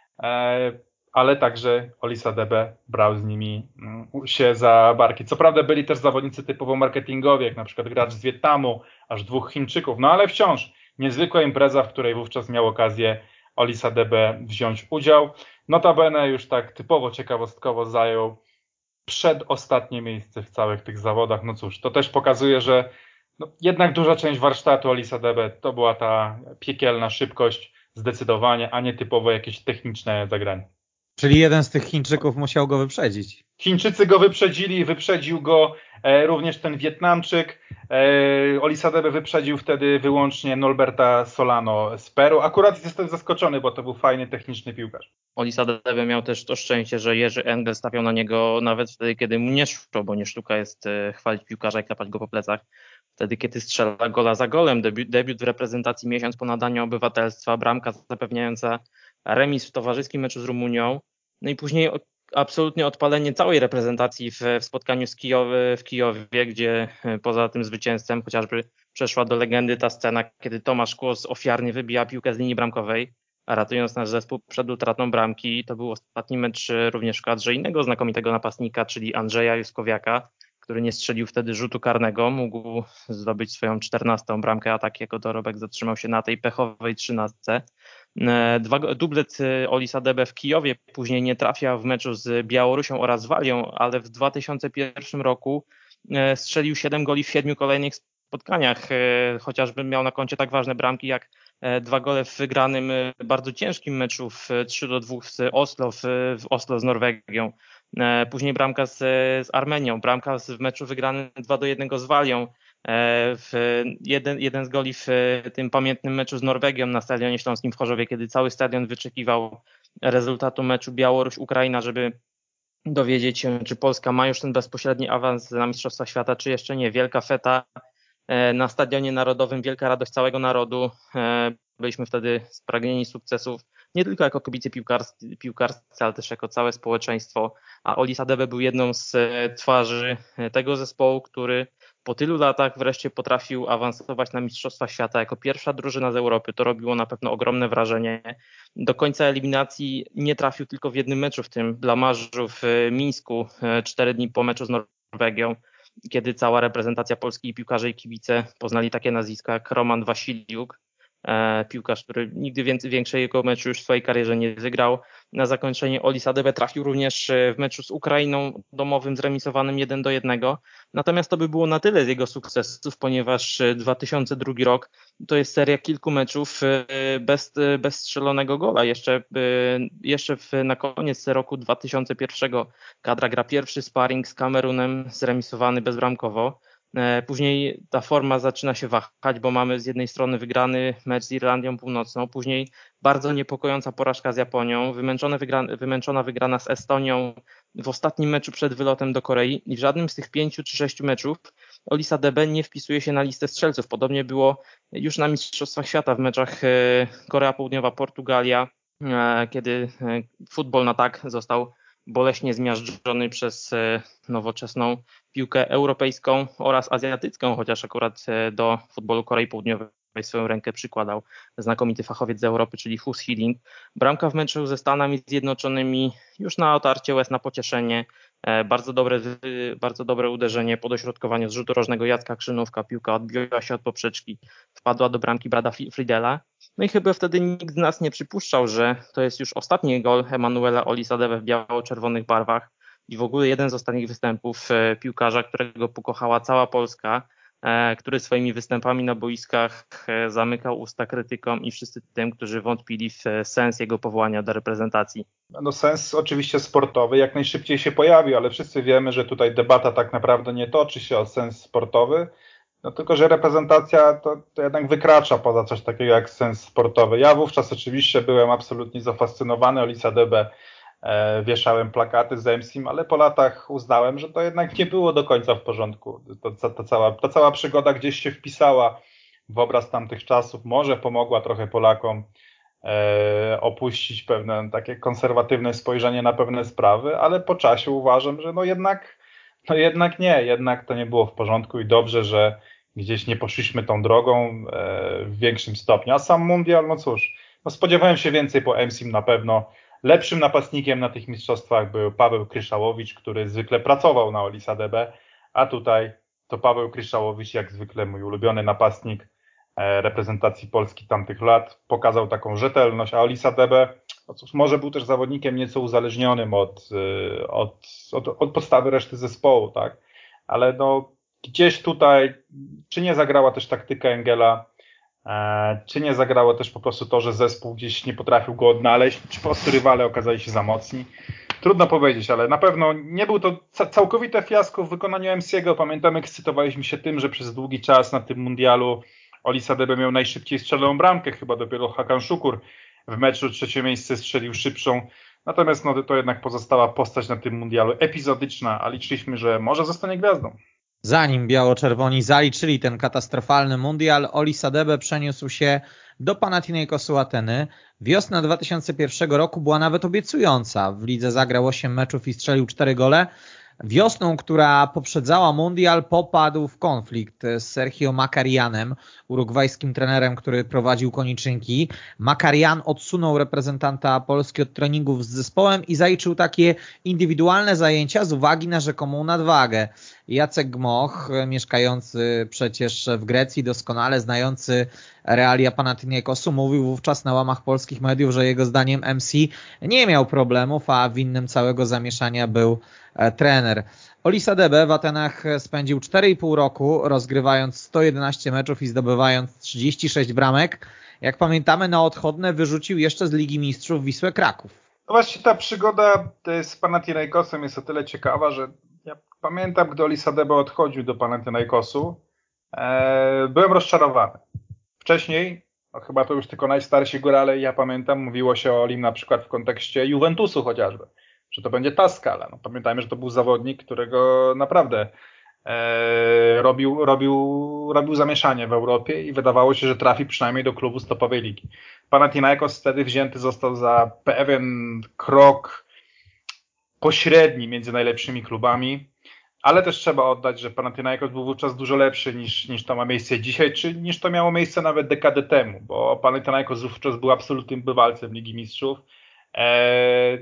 e, ale także Olisadebe brał z nimi mm, się za barki. Co prawda byli też zawodnicy typowo marketingowi, jak na przykład gracz z Wietnamu, aż dwóch Chińczyków, no ale wciąż niezwykła impreza, w której wówczas miał okazję Olisadebe wziąć udział. Notabene już tak typowo ciekawostkowo zajął przedostatnie miejsce w całych tych zawodach. No cóż, to też pokazuje, że no, jednak duża część warsztatu Olisadebe to była ta piekielna szybkość zdecydowanie, a nie typowo jakieś techniczne zagranie. Czyli jeden z tych Chińczyków musiał go wyprzedzić. Chińczycy go wyprzedzili, wyprzedził go e, również ten Wietnamczyk. E, Olisadebe wyprzedził wtedy wyłącznie Norberta Solano z Peru. Akurat jestem zaskoczony, bo to był fajny, techniczny piłkarz. Olisadebe miał też to szczęście, że Jerzy Engel stawiał na niego nawet wtedy, kiedy mu nie szło, bo nie sztuka jest e, chwalić piłkarza i klapać go po plecach. Wtedy, kiedy strzela gola za golem, debiut, debiut w reprezentacji miesiąc po nadaniu obywatelstwa, bramka zapewniająca remis w towarzyskim meczu z Rumunią. No i później absolutnie odpalenie całej reprezentacji w, w spotkaniu z Kijowy, w Kijowie, gdzie poza tym zwycięstwem chociażby przeszła do legendy ta scena, kiedy Tomasz Kłos ofiarnie wybija piłkę z linii bramkowej, a ratując nasz zespół przed utratą bramki. To był ostatni mecz również w kadrze innego znakomitego napastnika, czyli Andrzeja Juskowiaka, który nie strzelił wtedy rzutu karnego, mógł zdobyć swoją czternastą bramkę, a tak jego dorobek zatrzymał się na tej pechowej trzynastce. Dwa, dublet Olisadebe w Kijowie później nie trafia w meczu z Białorusią oraz Walią, ale w dwa tysiące pierwszym roku strzelił siedem goli w siedmiu kolejnych spotkaniach, chociażby miał na koncie tak ważne bramki jak dwa gole w wygranym bardzo ciężkim meczu w trzy do dwóch z Oslo, w, w Oslo z Norwegią. Później bramka z, z Armenią, bramka w meczu wygranym dwa do jednego z Walią. W jeden, jeden z goli w tym pamiętnym meczu z Norwegią na Stadionie Śląskim w Chorzowie, kiedy cały stadion wyczekiwał rezultatu meczu Białoruś-Ukraina, żeby dowiedzieć się, czy Polska ma już ten bezpośredni awans na Mistrzostwa Świata, czy jeszcze nie. Wielka feta na Stadionie Narodowym, wielka radość całego narodu. Byliśmy wtedy spragnieni sukcesów, nie tylko jako kibice piłkarscy, piłkarscy, ale też jako całe społeczeństwo. A Olisadebe był jedną z twarzy tego zespołu, który po tylu latach wreszcie potrafił awansować na Mistrzostwa Świata jako pierwsza drużyna z Europy. To robiło na pewno ogromne wrażenie. Do końca eliminacji nie trafił tylko w jednym meczu, w tym blamarzu w Mińsku, cztery dni po meczu z Norwegią, kiedy cała reprezentacja Polski i piłkarze i kibice poznali takie nazwiska jak Roman Wasiliuk, piłkarz, który nigdy więcej, większego meczu już w swojej karierze nie wygrał. Na zakończenie Olisadebe trafił również w meczu z Ukrainą domowym zremisowanym jeden do jednego. Natomiast to by było na tyle z jego sukcesów, ponieważ dwa tysiące drugi rok to jest seria kilku meczów bez, bez strzelonego gola. Jeszcze, jeszcze w, na koniec roku dwa tysiące pierwszego kadra gra pierwszy sparring z Kamerunem zremisowany bezbramkowo. Później ta forma zaczyna się wahać, bo mamy z jednej strony wygrany mecz z Irlandią Północną, później bardzo niepokojąca porażka z Japonią, wymęczone wygra, wymęczona wygrana z Estonią w ostatnim meczu przed wylotem do Korei i w żadnym z tych pięciu czy sześciu meczów Olisadebe nie wpisuje się na listę strzelców. Podobnie było już na Mistrzostwach Świata w meczach Korea Południowa, Portugalia, kiedy futbol na tak został boleśnie zmiażdżony przez nowoczesną piłkę europejską oraz azjatycką, chociaż akurat do futbolu Korei Południowej swoją rękę przykładał znakomity fachowiec z Europy, czyli Hus Hee-ling. Bramka w meczu ze Stanami Zjednoczonymi już na otarcie łez, na pocieszenie. Bardzo dobre, bardzo dobre uderzenie po dośrodkowaniu z rzutu rożnego Jacka Krzynówka. Piłka odbiła się od poprzeczki, wpadła do bramki Brada Friedela. No i chyba wtedy nikt z nas nie przypuszczał, że to jest już ostatni gol Emanuela Olisadebe w biało-czerwonych barwach i w ogóle jeden z ostatnich występów piłkarza, którego pokochała cała Polska, który swoimi występami na boiskach zamykał usta krytykom i wszyscy tym, którzy wątpili w sens jego powołania do reprezentacji. No sens oczywiście sportowy jak najszybciej się pojawił, ale wszyscy wiemy, że tutaj debata tak naprawdę nie toczy się o sens sportowy, no tylko, że reprezentacja to, to jednak wykracza poza coś takiego jak sens sportowy. Ja wówczas oczywiście byłem absolutnie zafascynowany Olisadebe, e, wieszałem plakaty z Zemsim, ale po latach uznałem, że to jednak nie było do końca w porządku. To, to, to cała, ta cała przygoda gdzieś się wpisała w obraz tamtych czasów, może pomogła trochę Polakom e, opuścić pewne takie konserwatywne spojrzenie na pewne sprawy, ale po czasie uważam, że no jednak No jednak nie, jednak to nie było w porządku i dobrze, że gdzieś nie poszliśmy tą drogą e, w większym stopniu. A sam mundial, no cóż, no spodziewałem się więcej po M S I M na pewno. Lepszym napastnikiem na tych mistrzostwach był Paweł Kryszałowicz, który zwykle pracował na Olisa D B, a tutaj to Paweł Kryszałowicz, jak zwykle mój ulubiony napastnik e, reprezentacji Polski tamtych lat, pokazał taką rzetelność, a Olisa D B, no cóż, może był też zawodnikiem nieco uzależnionym od, e, od, od, od podstawy reszty zespołu, tak? Ale no gdzieś tutaj, czy nie zagrała też taktyka Engela, e, czy nie zagrało też po prostu to, że zespół gdzieś nie potrafił go odnaleźć, czy po prostu rywale okazali się za mocni. Trudno powiedzieć, ale na pewno nie był to ca- całkowite fiasko w wykonaniu M S IEgo. Pamiętamy, ekscytowaliśmy się tym, że przez długi czas na tym mundialu Olisa D B miał najszybciej strzeloną bramkę, chyba dopiero Hakan Shukur w meczu trzecie miejsce strzelił szybszą. Natomiast no, to jednak pozostała postać na tym mundialu epizodyczna, a liczyliśmy, że może zostanie gwiazdą. Zanim biało-czerwoni zaliczyli ten katastrofalny mundial, Olisa D B przeniósł się do Panathinaikosu Ateny. Wiosna dwa tysiące pierwszego roku była nawet obiecująca. W lidze zagrał osiem meczów i strzelił cztery gole. Wiosną, która poprzedzała mundial, popadł w konflikt z Sergio Makarianem, urugwajskim trenerem, który prowadził koniczynki. Makarian odsunął reprezentanta Polski od treningów z zespołem i zaliczył takie indywidualne zajęcia z uwagi na rzekomą nadwagę. Jacek Gmoch, mieszkający przecież w Grecji, doskonale znający realia Panathinaikosu, mówił wówczas na łamach polskich mediów, że jego zdaniem M S I nie miał problemów, a winnym całego zamieszania był trener. Olisa D B w Atenach spędził cztery i pół roku, rozgrywając sto jedenaście meczów i zdobywając trzydzieści sześć bramek. Jak pamiętamy, na odchodne wyrzucił jeszcze z Ligi Mistrzów Wisłę Kraków. No właśnie ta przygoda z Panathinaikosem jest o tyle ciekawa, że ja pamiętam, gdy Olisa D B odchodził do Panathinaikosu, e, byłem rozczarowany. Wcześniej, no chyba to już tylko najstarsi górale, ja pamiętam, mówiło się o Olim na przykład w kontekście Juventusu chociażby, że to będzie ta skala. No, pamiętajmy, że to był zawodnik, którego naprawdę e, robił, robił, robił zamieszanie w Europie i wydawało się, że trafi przynajmniej do klubu z topowej ligi. Panathinaikos wtedy wzięty został za pewien krok pośredni między najlepszymi klubami, ale też trzeba oddać, że Panathinaikos był wówczas dużo lepszy niż, niż to ma miejsce dzisiaj, czy niż to miało miejsce nawet dekadę temu, bo Panathinaikos wówczas był absolutnym bywalcem Ligi Mistrzów. Eee,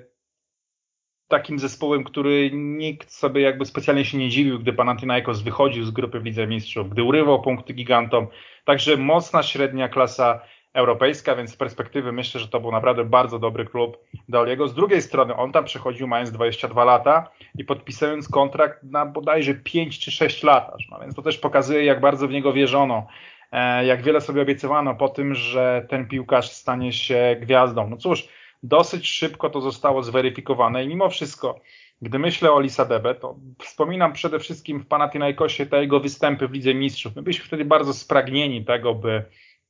takim zespołem, który nikt sobie jakby specjalnie się nie dziwił, gdy Panathinaikos wychodził z grupy w Lidze Mistrzów, gdy urywał punkty gigantom. Także mocna średnia klasa europejska, więc z perspektywy myślę, że to był naprawdę bardzo dobry klub dla Oliego. Z drugiej strony on tam przychodził mając dwadzieścia dwa lata i podpisując kontrakt na bodajże pięć czy sześć lat. No więc to też pokazuje, jak bardzo w niego wierzono, jak wiele sobie obiecywano po tym, że ten piłkarz stanie się gwiazdą. No cóż, dosyć szybko to zostało zweryfikowane i mimo wszystko, gdy myślę o Olisa D B, to wspominam przede wszystkim w Panathinaikosie te jego występy w Lidze Mistrzów. My byliśmy wtedy bardzo spragnieni tego, by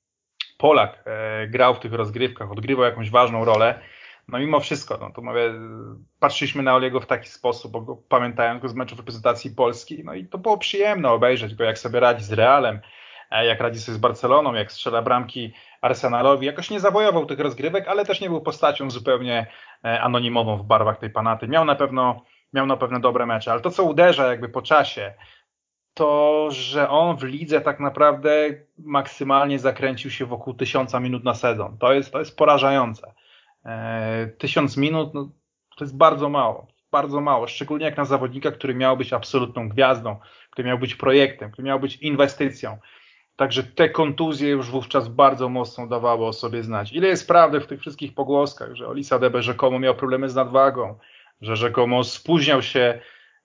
Polak e, grał w tych rozgrywkach, odgrywał jakąś ważną rolę. No mimo wszystko, no to mówię, patrzyliśmy na Oliego w taki sposób, bo go, pamiętając go z meczów reprezentacji Polski, no i to było przyjemne obejrzeć go, jak sobie radzi z Realem, e, jak radzi sobie z Barceloną, jak strzela bramki Arsenalowi. Jakoś nie zawojował tych rozgrywek, ale też nie był postacią zupełnie e, anonimową w barwach tej Panaty. Miał na pewno, miał na pewno dobre mecze, ale to, co uderza jakby po czasie, to, że on w lidze tak naprawdę maksymalnie zakręcił się wokół tysiąca minut na sezon. To jest, to jest porażające. E, tysiąc minut no, to jest bardzo mało. Bardzo mało. Szczególnie jak na zawodnika, który miał być absolutną gwiazdą, który miał być projektem, który miał być inwestycją. Także te kontuzje już wówczas bardzo mocno dawały o sobie znać. Ile jest prawdy w tych wszystkich pogłoskach, że Olisa D B rzekomo miał problemy z nadwagą, że rzekomo spóźniał się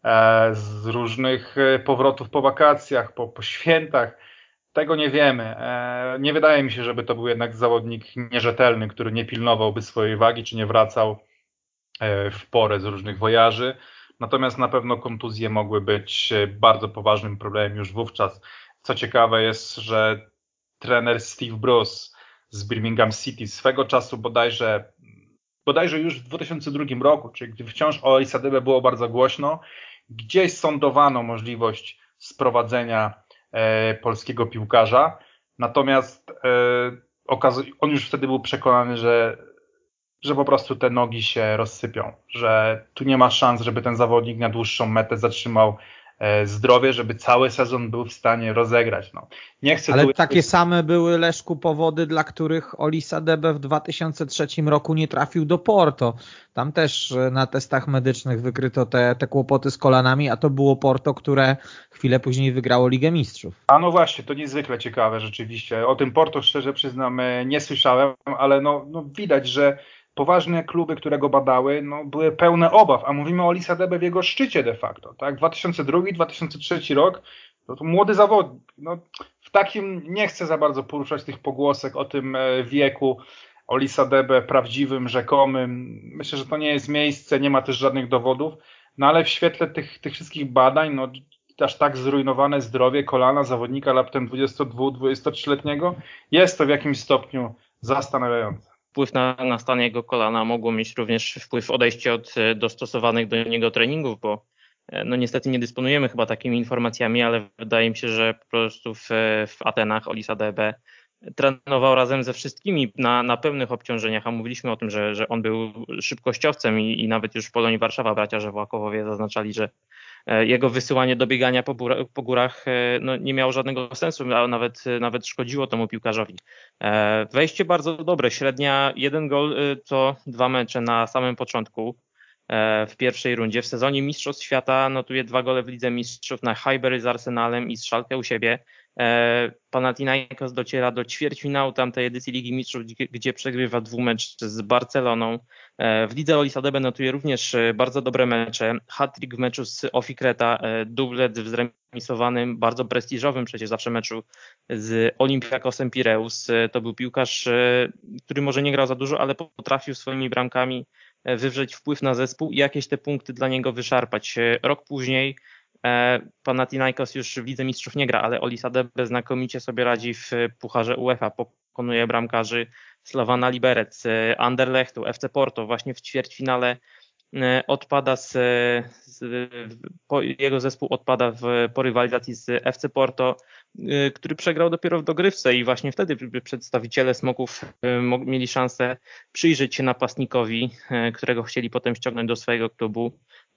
z różnych powrotów po wakacjach, po, po świętach. Tego nie wiemy. Nie wydaje mi się, żeby to był jednak zawodnik nierzetelny, który nie pilnowałby swojej wagi, czy nie wracał w porę z różnych wojaży. Natomiast na pewno kontuzje mogły być bardzo poważnym problemem już wówczas. Co ciekawe jest, że trener Steve Bruce z Birmingham City swego czasu bodajże, bodajże już w dwa tysiące drugim roku, czyli gdy wciąż o Olisa D B było bardzo głośno, gdzieś sądowano możliwość sprowadzenia e, polskiego piłkarza, natomiast e, okaz- on już wtedy był przekonany, że, że po prostu te nogi się rozsypią, że tu nie ma szans, żeby ten zawodnik na dłuższą metę zatrzymał zdrowie, żeby cały sezon był w stanie rozegrać. No, nie chcę Ale tu... takie same były, Leszku, powody, dla których Olisah-Debe w dwa tysiące trzecim roku nie trafił do Porto. Tam też na testach medycznych wykryto te, te kłopoty z kolanami, a to było Porto, które chwilę później wygrało Ligę Mistrzów. A no właśnie, to niezwykle ciekawe rzeczywiście. O tym Porto, szczerze przyznam, nie słyszałem, ale no, no widać, że poważne kluby, które go badały, no, były pełne obaw, a mówimy o Olisah-Debe w jego szczycie de facto. Tak? dwa tysiące drugi dwa tysiące trzeci rok, to, to młody zawodnik. No, w takim nie chcę za bardzo poruszać tych pogłosek o tym wieku Olisah-Debe prawdziwym, rzekomym. Myślę, że to nie jest miejsce, nie ma też żadnych dowodów, no ale w świetle tych, tych wszystkich badań, no aż tak zrujnowane zdrowie kolana zawodnika raptem dwudziesto dwu dwudziestotrzyletniego, jest to w jakimś stopniu zastanawiające. Wpływ na, na stan jego kolana mogło mieć również wpływ odejście od dostosowanych do niego treningów, bo no niestety nie dysponujemy chyba takimi informacjami, ale wydaje mi się, że po prostu w, w Atenach Olisah-Debe trenował razem ze wszystkimi na, na pełnych obciążeniach, a mówiliśmy o tym, że, że on był szybkościowcem i, i nawet już w Polonii Warszawa bracia Żewłakowowie zaznaczali, że jego wysyłanie do biegania po, góra, po górach no, nie miało żadnego sensu, a nawet, nawet szkodziło temu piłkarzowi. Wejście bardzo dobre, średnia jeden gol to dwa mecze na samym początku w pierwszej rundzie. W sezonie Mistrzostw Świata notuje dwa gole w Lidze Mistrzów na Highbury z Arsenalem i z Schalke u siebie. Panathinaikos dociera do ćwierćfinału tamtej edycji Ligi Mistrzów, gdzie przegrywa dwumecz z Barceloną. W lidze Olisah-Debe notuje również bardzo dobre mecze. Hat-trick w meczu z Ofi Kreta, dublet w zremisowanym, bardzo prestiżowym przecież zawsze meczu z Olympiakosem Pireus. To był piłkarz, który może nie grał za dużo, ale potrafił swoimi bramkami wywrzeć wpływ na zespół i jakieś te punkty dla niego wyszarpać. Rok później Panathinaikos już w Lidze Mistrzów nie gra, ale Olisah-Debe znakomicie sobie radzi w Pucharze UEFA. Pokonuje bramkarzy Slowana Liberec, Anderlechtu, F C Porto. Właśnie w ćwierćfinale odpada z, z po, jego zespół odpada w, po rywalizacji z F C Porto, który przegrał dopiero w dogrywce i właśnie wtedy przedstawiciele Smoków mieli szansę przyjrzeć się napastnikowi, którego chcieli potem ściągnąć do swojego klubu,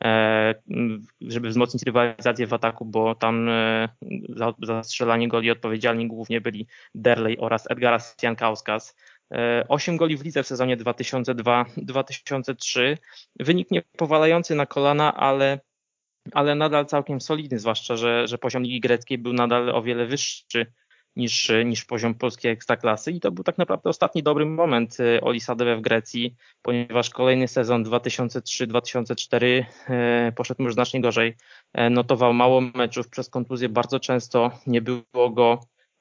żeby wzmocnić rywalizację w ataku, bo tam za, za strzelanie goli odpowiedzialni głównie byli Derley oraz Edgaras Jankauskas. osiem goli w lidze w sezonie dwa tysiące drugi dwa tysiące trzeci. Wynik nie powalający na kolana, ale, ale nadal całkiem solidny, zwłaszcza, że, że poziom Ligi Greckiej był nadal o wiele wyższy niż, niż poziom polskiej ekstraklasy i to był tak naprawdę ostatni dobry moment Olisah-Debe w Grecji, ponieważ kolejny sezon dwa tysiące trzeci dwa tysiące czwarty poszedł już znacznie gorzej. Notował mało meczów, przez kontuzję bardzo często nie było go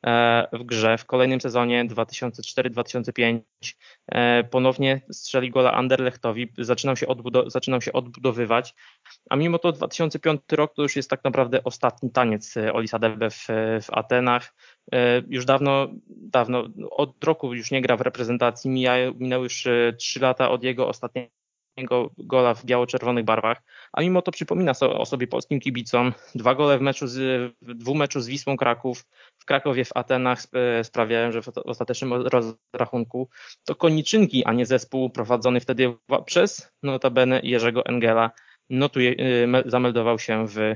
w grze. W kolejnym sezonie dwa tysiące czwarty dwa tysiące piąty ponownie strzeli gola Anderlechtowi, zaczynał się, odbudow- zaczynał się odbudowywać, a mimo to dwa tysiące piąty rok to już jest tak naprawdę ostatni taniec Olisah-Debe w, w Atenach. Już dawno, dawno, od roku już nie gra w reprezentacji, Mija, minęły już trzy lata od jego ostatniego gola w biało-czerwonych barwach, a mimo to przypomina so, o sobie polskim kibicom. Dwa gole w meczu z, w dwumeczu z Wisłą Kraków, w Krakowie, w Atenach sprawiają, że w ostatecznym rozrachunku to koniczynki, a nie zespół prowadzony wtedy przez notabene Jerzego Engela notuje, zameldował się w,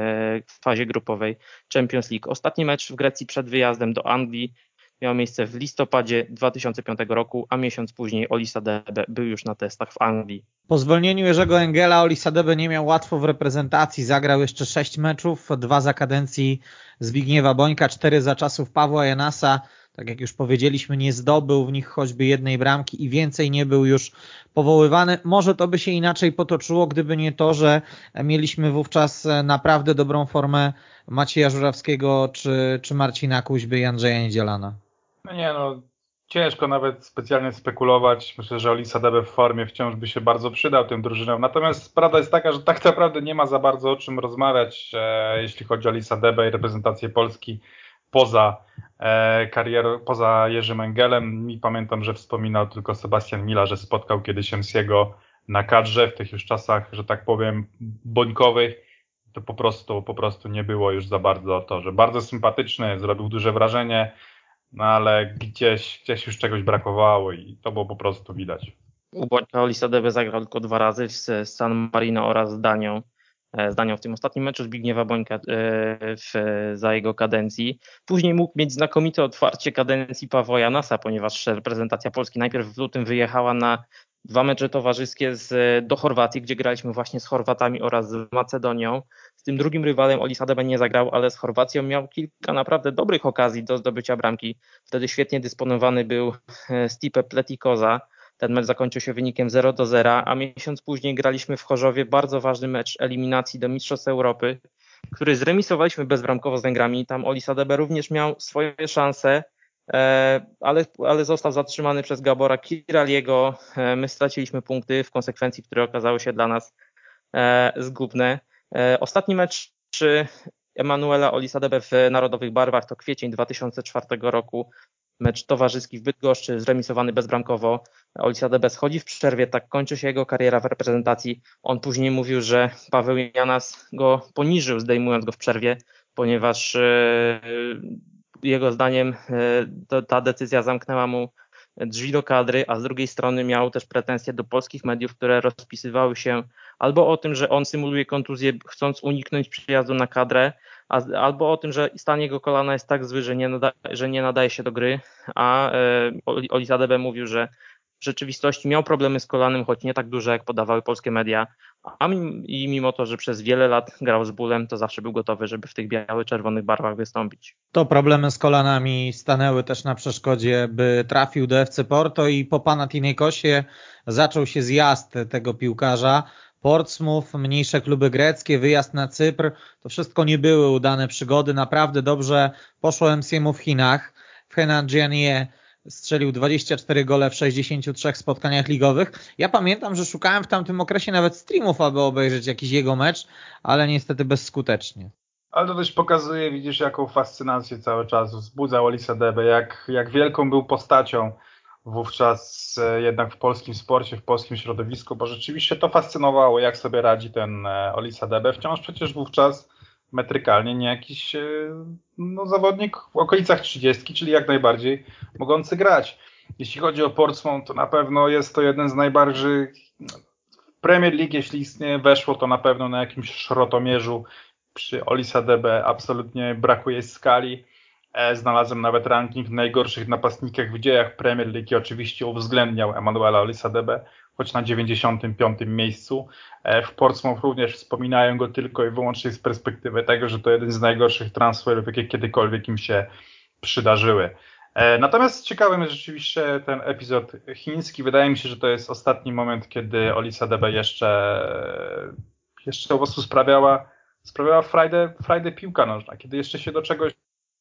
w fazie grupowej Champions League. Ostatni mecz w Grecji przed wyjazdem do Anglii miał miejsce w listopadzie dwa tysiące piątego roku, a miesiąc później Olisah-Debe był już na testach w Anglii. Po zwolnieniu Jerzego Engela Olisah-Debe nie miał łatwo w reprezentacji. Zagrał jeszcze sześć meczów, dwa za kadencji Zbigniewa Bońka, cztery za czasów Pawła Janasa. Tak jak już powiedzieliśmy, nie zdobył w nich choćby jednej bramki i więcej nie był już powoływany. Może to by się inaczej potoczyło, gdyby nie to, że mieliśmy wówczas naprawdę dobrą formę Macieja Żurawskiego czy, czy Marcina Kuźby i Andrzeja Niedzielana. No nie no, ciężko nawet specjalnie spekulować. Myślę, że Olisah-Debe w formie wciąż by się bardzo przydał tym drużynom. Natomiast prawda jest taka, że tak naprawdę nie ma za bardzo o czym rozmawiać, e, jeśli chodzi o Olisah-Debe i reprezentację Polski poza e, karierą, poza Jerzym Engelem. I pamiętam, że wspominał tylko Sebastian Mila, że spotkał kiedyś Emsiego na kadrze w tych już czasach, że tak powiem, bońkowych. To po prostu, po prostu nie było już za bardzo to, że bardzo sympatyczny, zrobił duże wrażenie. No ale gdzieś, gdzieś już czegoś brakowało i to było po prostu widać. U Bońka Olisah-Debe zagrał tylko dwa razy z San Marino oraz z Danią. zdania w tym ostatnim meczu Zbigniewa Bońka w, za jego kadencji. Później mógł mieć znakomite otwarcie kadencji Pawła Janasa, ponieważ reprezentacja Polski najpierw w lutym wyjechała na dwa mecze towarzyskie z, do Chorwacji, gdzie graliśmy właśnie z Chorwatami oraz z Macedonią. Z tym drugim rywalem Olis Adebe nie zagrał, ale z Chorwacją miał kilka naprawdę dobrych okazji do zdobycia bramki. Wtedy świetnie dysponowany był Stipe Pletikoza. Ten mecz zakończył się wynikiem zero do zera, a miesiąc później graliśmy w Chorzowie bardzo ważny mecz eliminacji do Mistrzostw Europy, który zremisowaliśmy bezbramkowo z Węgrami. Tam Olis Adebe również miał swoje szanse, ale, ale został zatrzymany przez Gabora Kiraliego. My straciliśmy punkty w konsekwencji, które okazały się dla nas zgubne. Ostatni mecz Emanuela Olis Adebe w narodowych barwach to kwiecień dwa tysiące czwartego roku. Mecz towarzyski w Bydgoszczy, zremisowany bezbramkowo. Olis Adebe schodzi w przerwie, tak kończy się jego kariera w reprezentacji. On później mówił, że Paweł Janas go poniżył, zdejmując go w przerwie, ponieważ jego zdaniem ta decyzja zamknęła mu drzwi do kadry, a z drugiej strony miał też pretensje do polskich mediów, które rozpisywały się albo o tym, że on symuluje kontuzję, chcąc uniknąć przyjazdu na kadrę, a, albo o tym, że stan jego kolana jest tak zły, że nie, nada, że nie nadaje się do gry, a e, Olis Adebe mówił, że w rzeczywistości miał problemy z kolanem, choć nie tak duże, jak podawały polskie media, a mimo, i mimo to, że przez wiele lat grał z bólem, to zawsze był gotowy, żeby w tych biało-czerwonych barwach wystąpić. To problemy z kolanami stanęły też na przeszkodzie, by trafił do F C Porto i po Panathinaikosie zaczął się zjazd tego piłkarza. Portsmouth, mniejsze kluby greckie, wyjazd na Cypr, to wszystko nie były udane przygody. Naprawdę dobrze poszło M C M-u w Chinach. W Henan Jianie strzelił dwadzieścia cztery gole w sześćdziesięciu trzech spotkaniach ligowych. Ja pamiętam, że szukałem w tamtym okresie nawet streamów, aby obejrzeć jakiś jego mecz, ale niestety bezskutecznie. Ale to też pokazuje, widzisz, jaką fascynację cały czas wzbudzał Olis Adebe, jak, jak wielką był postacią wówczas jednak w polskim sporcie, w polskim środowisku, bo rzeczywiście to fascynowało, jak sobie radzi ten Olis Adebe. Wciąż przecież wówczas metrykalnie nie jakiś no, zawodnik w okolicach trzydziestki, czyli jak najbardziej mogący grać. Jeśli chodzi o Portsmouth, to na pewno jest to jeden z najbardziej Premier League, jeśli istnieje, weszło to na pewno na jakimś szrotomierzu. Przy Olis Adebe absolutnie brakuje skali. Znalazłem nawet ranking najgorszych napastnikach w dziejach Premier League i oczywiście uwzględniał Emanuela Olis Adebe, choć na dziewięćdziesiątym piątym miejscu. W Portsmouth również wspominają go tylko i wyłącznie z perspektywy tego, że to jeden z najgorszych transferów, jakie kiedykolwiek im się przydarzyły. Natomiast ciekawym jest rzeczywiście ten epizod chiński. Wydaje mi się, że to jest ostatni moment, kiedy Olis Adebe jeszcze, jeszcze po prostu sprawiała, sprawiała frajdę, frajdę piłka nożna, kiedy jeszcze się do czegoś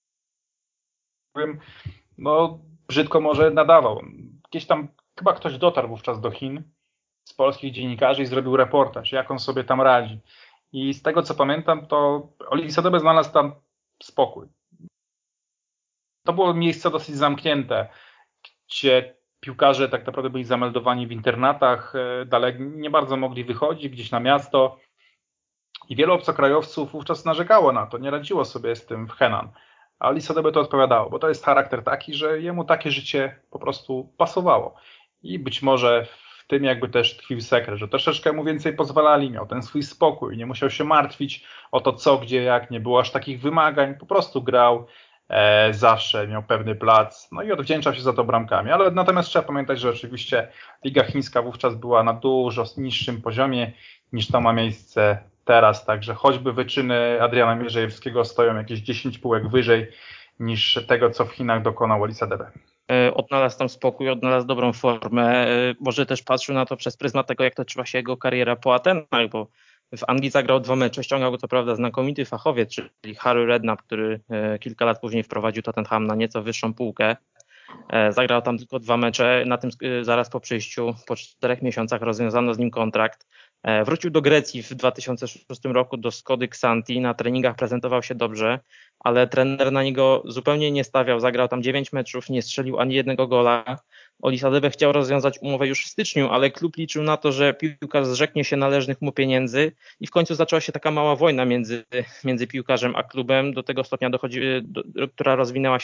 no brzydko może nadawał. Gdzieś tam chyba ktoś dotarł wówczas do Chin z polskich dziennikarzy i zrobił reportaż, jak on sobie tam radzi. I z tego co pamiętam, to Olis Adebe znalazł tam spokój. To było miejsce dosyć zamknięte, gdzie piłkarze tak naprawdę byli zameldowani w internatach, dalej nie bardzo mogli wychodzić gdzieś na miasto i wielu obcokrajowców wówczas narzekało na to, nie radziło sobie z tym w Henan. A Olis Adebe to odpowiadało, bo to jest charakter taki, że jemu takie życie po prostu pasowało. I być może w tym jakby też tkwił sekret, że troszeczkę mu więcej pozwalali, miał ten swój spokój, nie musiał się martwić o to co, gdzie, jak, nie było aż takich wymagań, po prostu grał, e, zawsze miał pewny plac, no i odwdzięczał się za to bramkami. Ale natomiast trzeba pamiętać, że oczywiście Liga Chińska wówczas była na dużo niższym poziomie niż to ma miejsce teraz, także choćby wyczyny Adriana Mierzejewskiego stoją jakieś dziesięć półek wyżej niż tego, co w Chinach dokonał Olis Adebe. Odnalazł tam spokój, odnalazł dobrą formę. Może też patrzył na to przez pryzmat tego, jak toczyła się jego kariera po Atenach, bo w Anglii zagrał dwa mecze, ściągał go co prawda znakomity fachowiec, czyli Harry Redknapp, który kilka lat później wprowadził Tottenham na nieco wyższą półkę. Zagrał tam tylko dwa mecze, na tym zaraz po przyjściu, po czterech miesiącach rozwiązano z nim kontrakt. Wrócił do Grecji w dwa tysiące szóstym roku do Skody Xanthi, na treningach prezentował się dobrze, ale trener na niego zupełnie nie stawiał, zagrał tam dziewięć meczów, nie strzelił ani jednego gola. Olis Adebe chciał rozwiązać umowę już w styczniu, ale klub liczył na to, że piłkarz zrzeknie się należnych mu pieniędzy i w końcu zaczęła się taka mała wojna między, między piłkarzem a klubem, do tego stopnia dochodzi, do, która rozwinęła się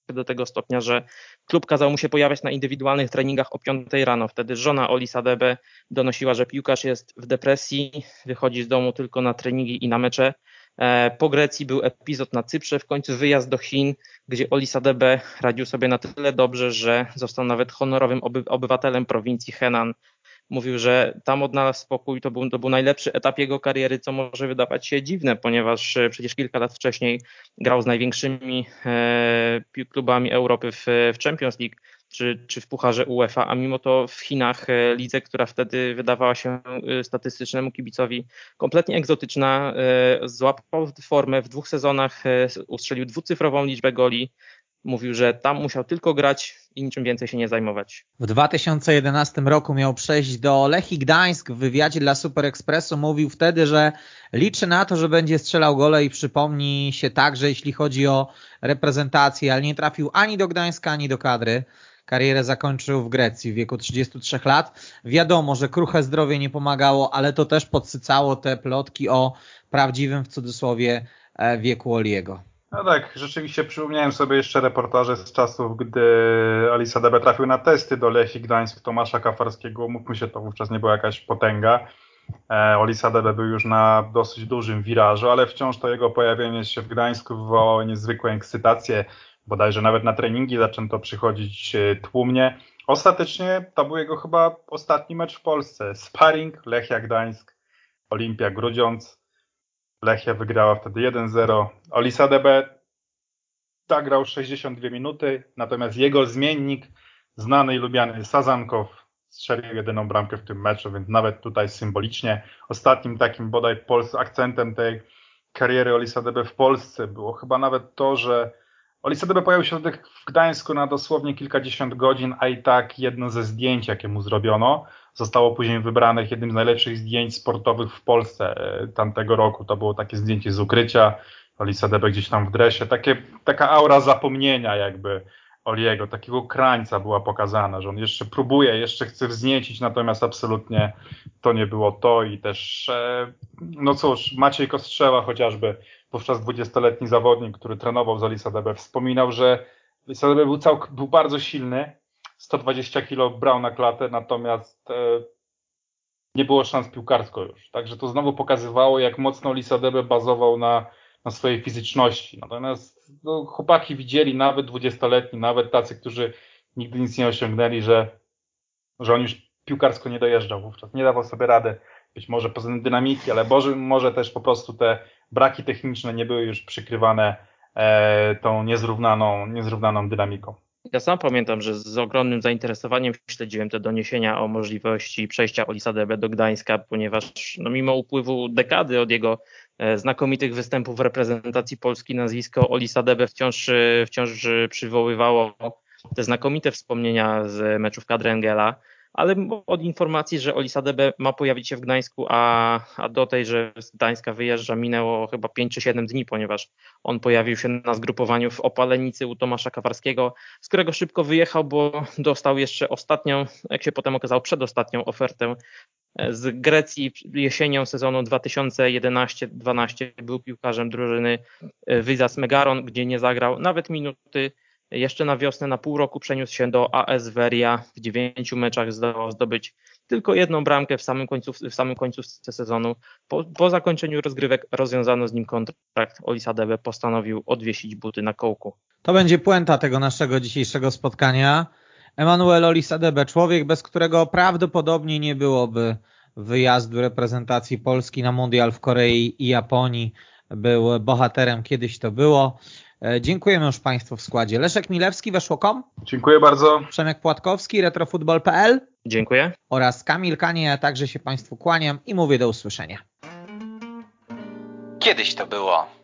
do tego stopnia, że klub kazał mu się pojawiać na indywidualnych treningach o piątej rano. Wtedy żona Oli Sadebe donosiła, że piłkarz jest w depresji, wychodzi z domu tylko na treningi i na mecze. Po Grecji był epizod na Cyprze, w końcu wyjazd do Chin, gdzie Oli Sadebe radził sobie na tyle dobrze, że został nawet honorowym oby, obywatelem prowincji Henan. Mówił, że tam odnalazł spokój, to był, to był najlepszy etap jego kariery, co może wydawać się dziwne, ponieważ przecież kilka lat wcześniej grał z największymi e, klubami Europy w, w Champions League czy, czy w Pucharze UEFA, a mimo to w Chinach e, lidze, która wtedy wydawała się e, statystycznemu kibicowi kompletnie egzotyczna, e, złapał formę w dwóch sezonach, e, ustrzelił dwucyfrową liczbę goli. Mówił, że tam musiał tylko grać i niczym więcej się nie zajmować. W dwa tysiące jedenastym roku miał przejść do Lechii Gdańsk. W wywiadzie dla Super Expressu mówił wtedy, że liczy na to, że będzie strzelał gole i przypomni się także, jeśli chodzi o reprezentację, ale nie trafił ani do Gdańska, ani do kadry. Karierę zakończył w Grecji w wieku trzydziestu trzech lat. Wiadomo, że kruche zdrowie nie pomagało, ale to też podsycało te plotki o prawdziwym, w cudzysłowie, wieku Oliego. No tak, rzeczywiście przypomniałem sobie jeszcze reportaże z czasów, gdy Oli Sadebe trafił na testy do Lechii Gdańsk Tomasza Kafarskiego. Mówmy się, to wówczas nie była jakaś potęga. E, Oli Sadebe był już na dosyć dużym wirażu, ale wciąż to jego pojawienie się w Gdańsku wywołało niezwykłą ekscytację. Bodajże nawet na treningi zaczęto przychodzić tłumnie. Ostatecznie to był jego chyba ostatni mecz w Polsce. Sparring Lechia Gdańsk, Olimpia Grudziądz. Lechia wygrała wtedy jeden zero. Oli Sadebe zagrał sześćdziesiąt dwie minuty, natomiast jego zmiennik, znany i lubiany Sazankow, strzelił jedyną bramkę w tym meczu, więc nawet tutaj symbolicznie ostatnim takim bodaj pols- akcentem tej kariery Oli Sadebe w Polsce było chyba nawet to, że Oli Sadebe pojawił się w Gdańsku na dosłownie kilkadziesiąt godzin, a i tak jedno ze zdjęć, jakie mu zrobiono, zostało później wybrane jednym z najlepszych zdjęć sportowych w Polsce tamtego roku. To było takie zdjęcie z ukrycia, Oli Sadebe gdzieś tam w dresie, takie, taka aura zapomnienia jakby Oliego, takiego krańca była pokazana, że on jeszcze próbuje, jeszcze chce wzniecić, natomiast absolutnie to nie było to i też, no cóż, Maciej Kostrzała chociażby, wówczas dwudziestoletni zawodnik, który trenował z Oli Sadebe, wspominał, że Sadebe był, całk- był bardzo silny, sto dwadzieścia kilo brał na klatę, natomiast e, nie było szans piłkarsko już. Także to znowu pokazywało, jak mocno Oli Sadebe bazował na, na swojej fizyczności. Natomiast no, chłopaki widzieli, nawet dwudziestoletni, nawet tacy, którzy nigdy nic nie osiągnęli, że, że on już piłkarsko nie dojeżdżał wówczas, nie dawał sobie rady. Być może poza tym dynamiki, ale może, może też po prostu te braki techniczne nie były już przykrywane e, tą niezrównaną, niezrównaną dynamiką. Ja sam pamiętam, że z ogromnym zainteresowaniem śledziłem te doniesienia o możliwości przejścia Oli Sadebe do Gdańska, ponieważ no, mimo upływu dekady od jego e, znakomitych występów w reprezentacji Polski nazwisko Oli Sadebe wciąż, wciąż przywoływało te znakomite wspomnienia z meczów kadry Engela. Ale od informacji, że Oli Sadebe ma pojawić się w Gdańsku, a, a do tej, że z Gdańska wyjeżdża, minęło chyba pięć czy siedem dni, ponieważ on pojawił się na zgrupowaniu w Opalenicy u Tomasza Kawarskiego, z którego szybko wyjechał, bo dostał jeszcze ostatnią, jak się potem okazało, przedostatnią ofertę z Grecji jesienią sezonu dwa tysiące jedenasty dwanaście. Był piłkarzem drużyny Vizas Megaron, gdzie nie zagrał nawet minuty. Jeszcze na wiosnę, na pół roku przeniósł się do A S Veria. W dziewięciu meczach zdołał zdobyć tylko jedną bramkę w samym końcu, w samym końcówce sezonu. Po, po zakończeniu rozgrywek rozwiązano z nim kontrakt. Oli Sadebe postanowił odwiesić buty na kołku. To będzie puenta tego naszego dzisiejszego spotkania. Emanuel Oli Sadebe, człowiek, bez którego prawdopodobnie nie byłoby wyjazdu reprezentacji Polski na mundial w Korei i Japonii. Był bohaterem, kiedyś to było. Dziękujemy już Państwu w składzie. Leszek Milewski, Weszło kropka com. Dziękuję bardzo. Przemek Płatkowski, retrofutbol kropka p l. Dziękuję. Oraz Kamil Kanie, ja także się Państwu kłaniam i mówię do usłyszenia. Kiedyś to było.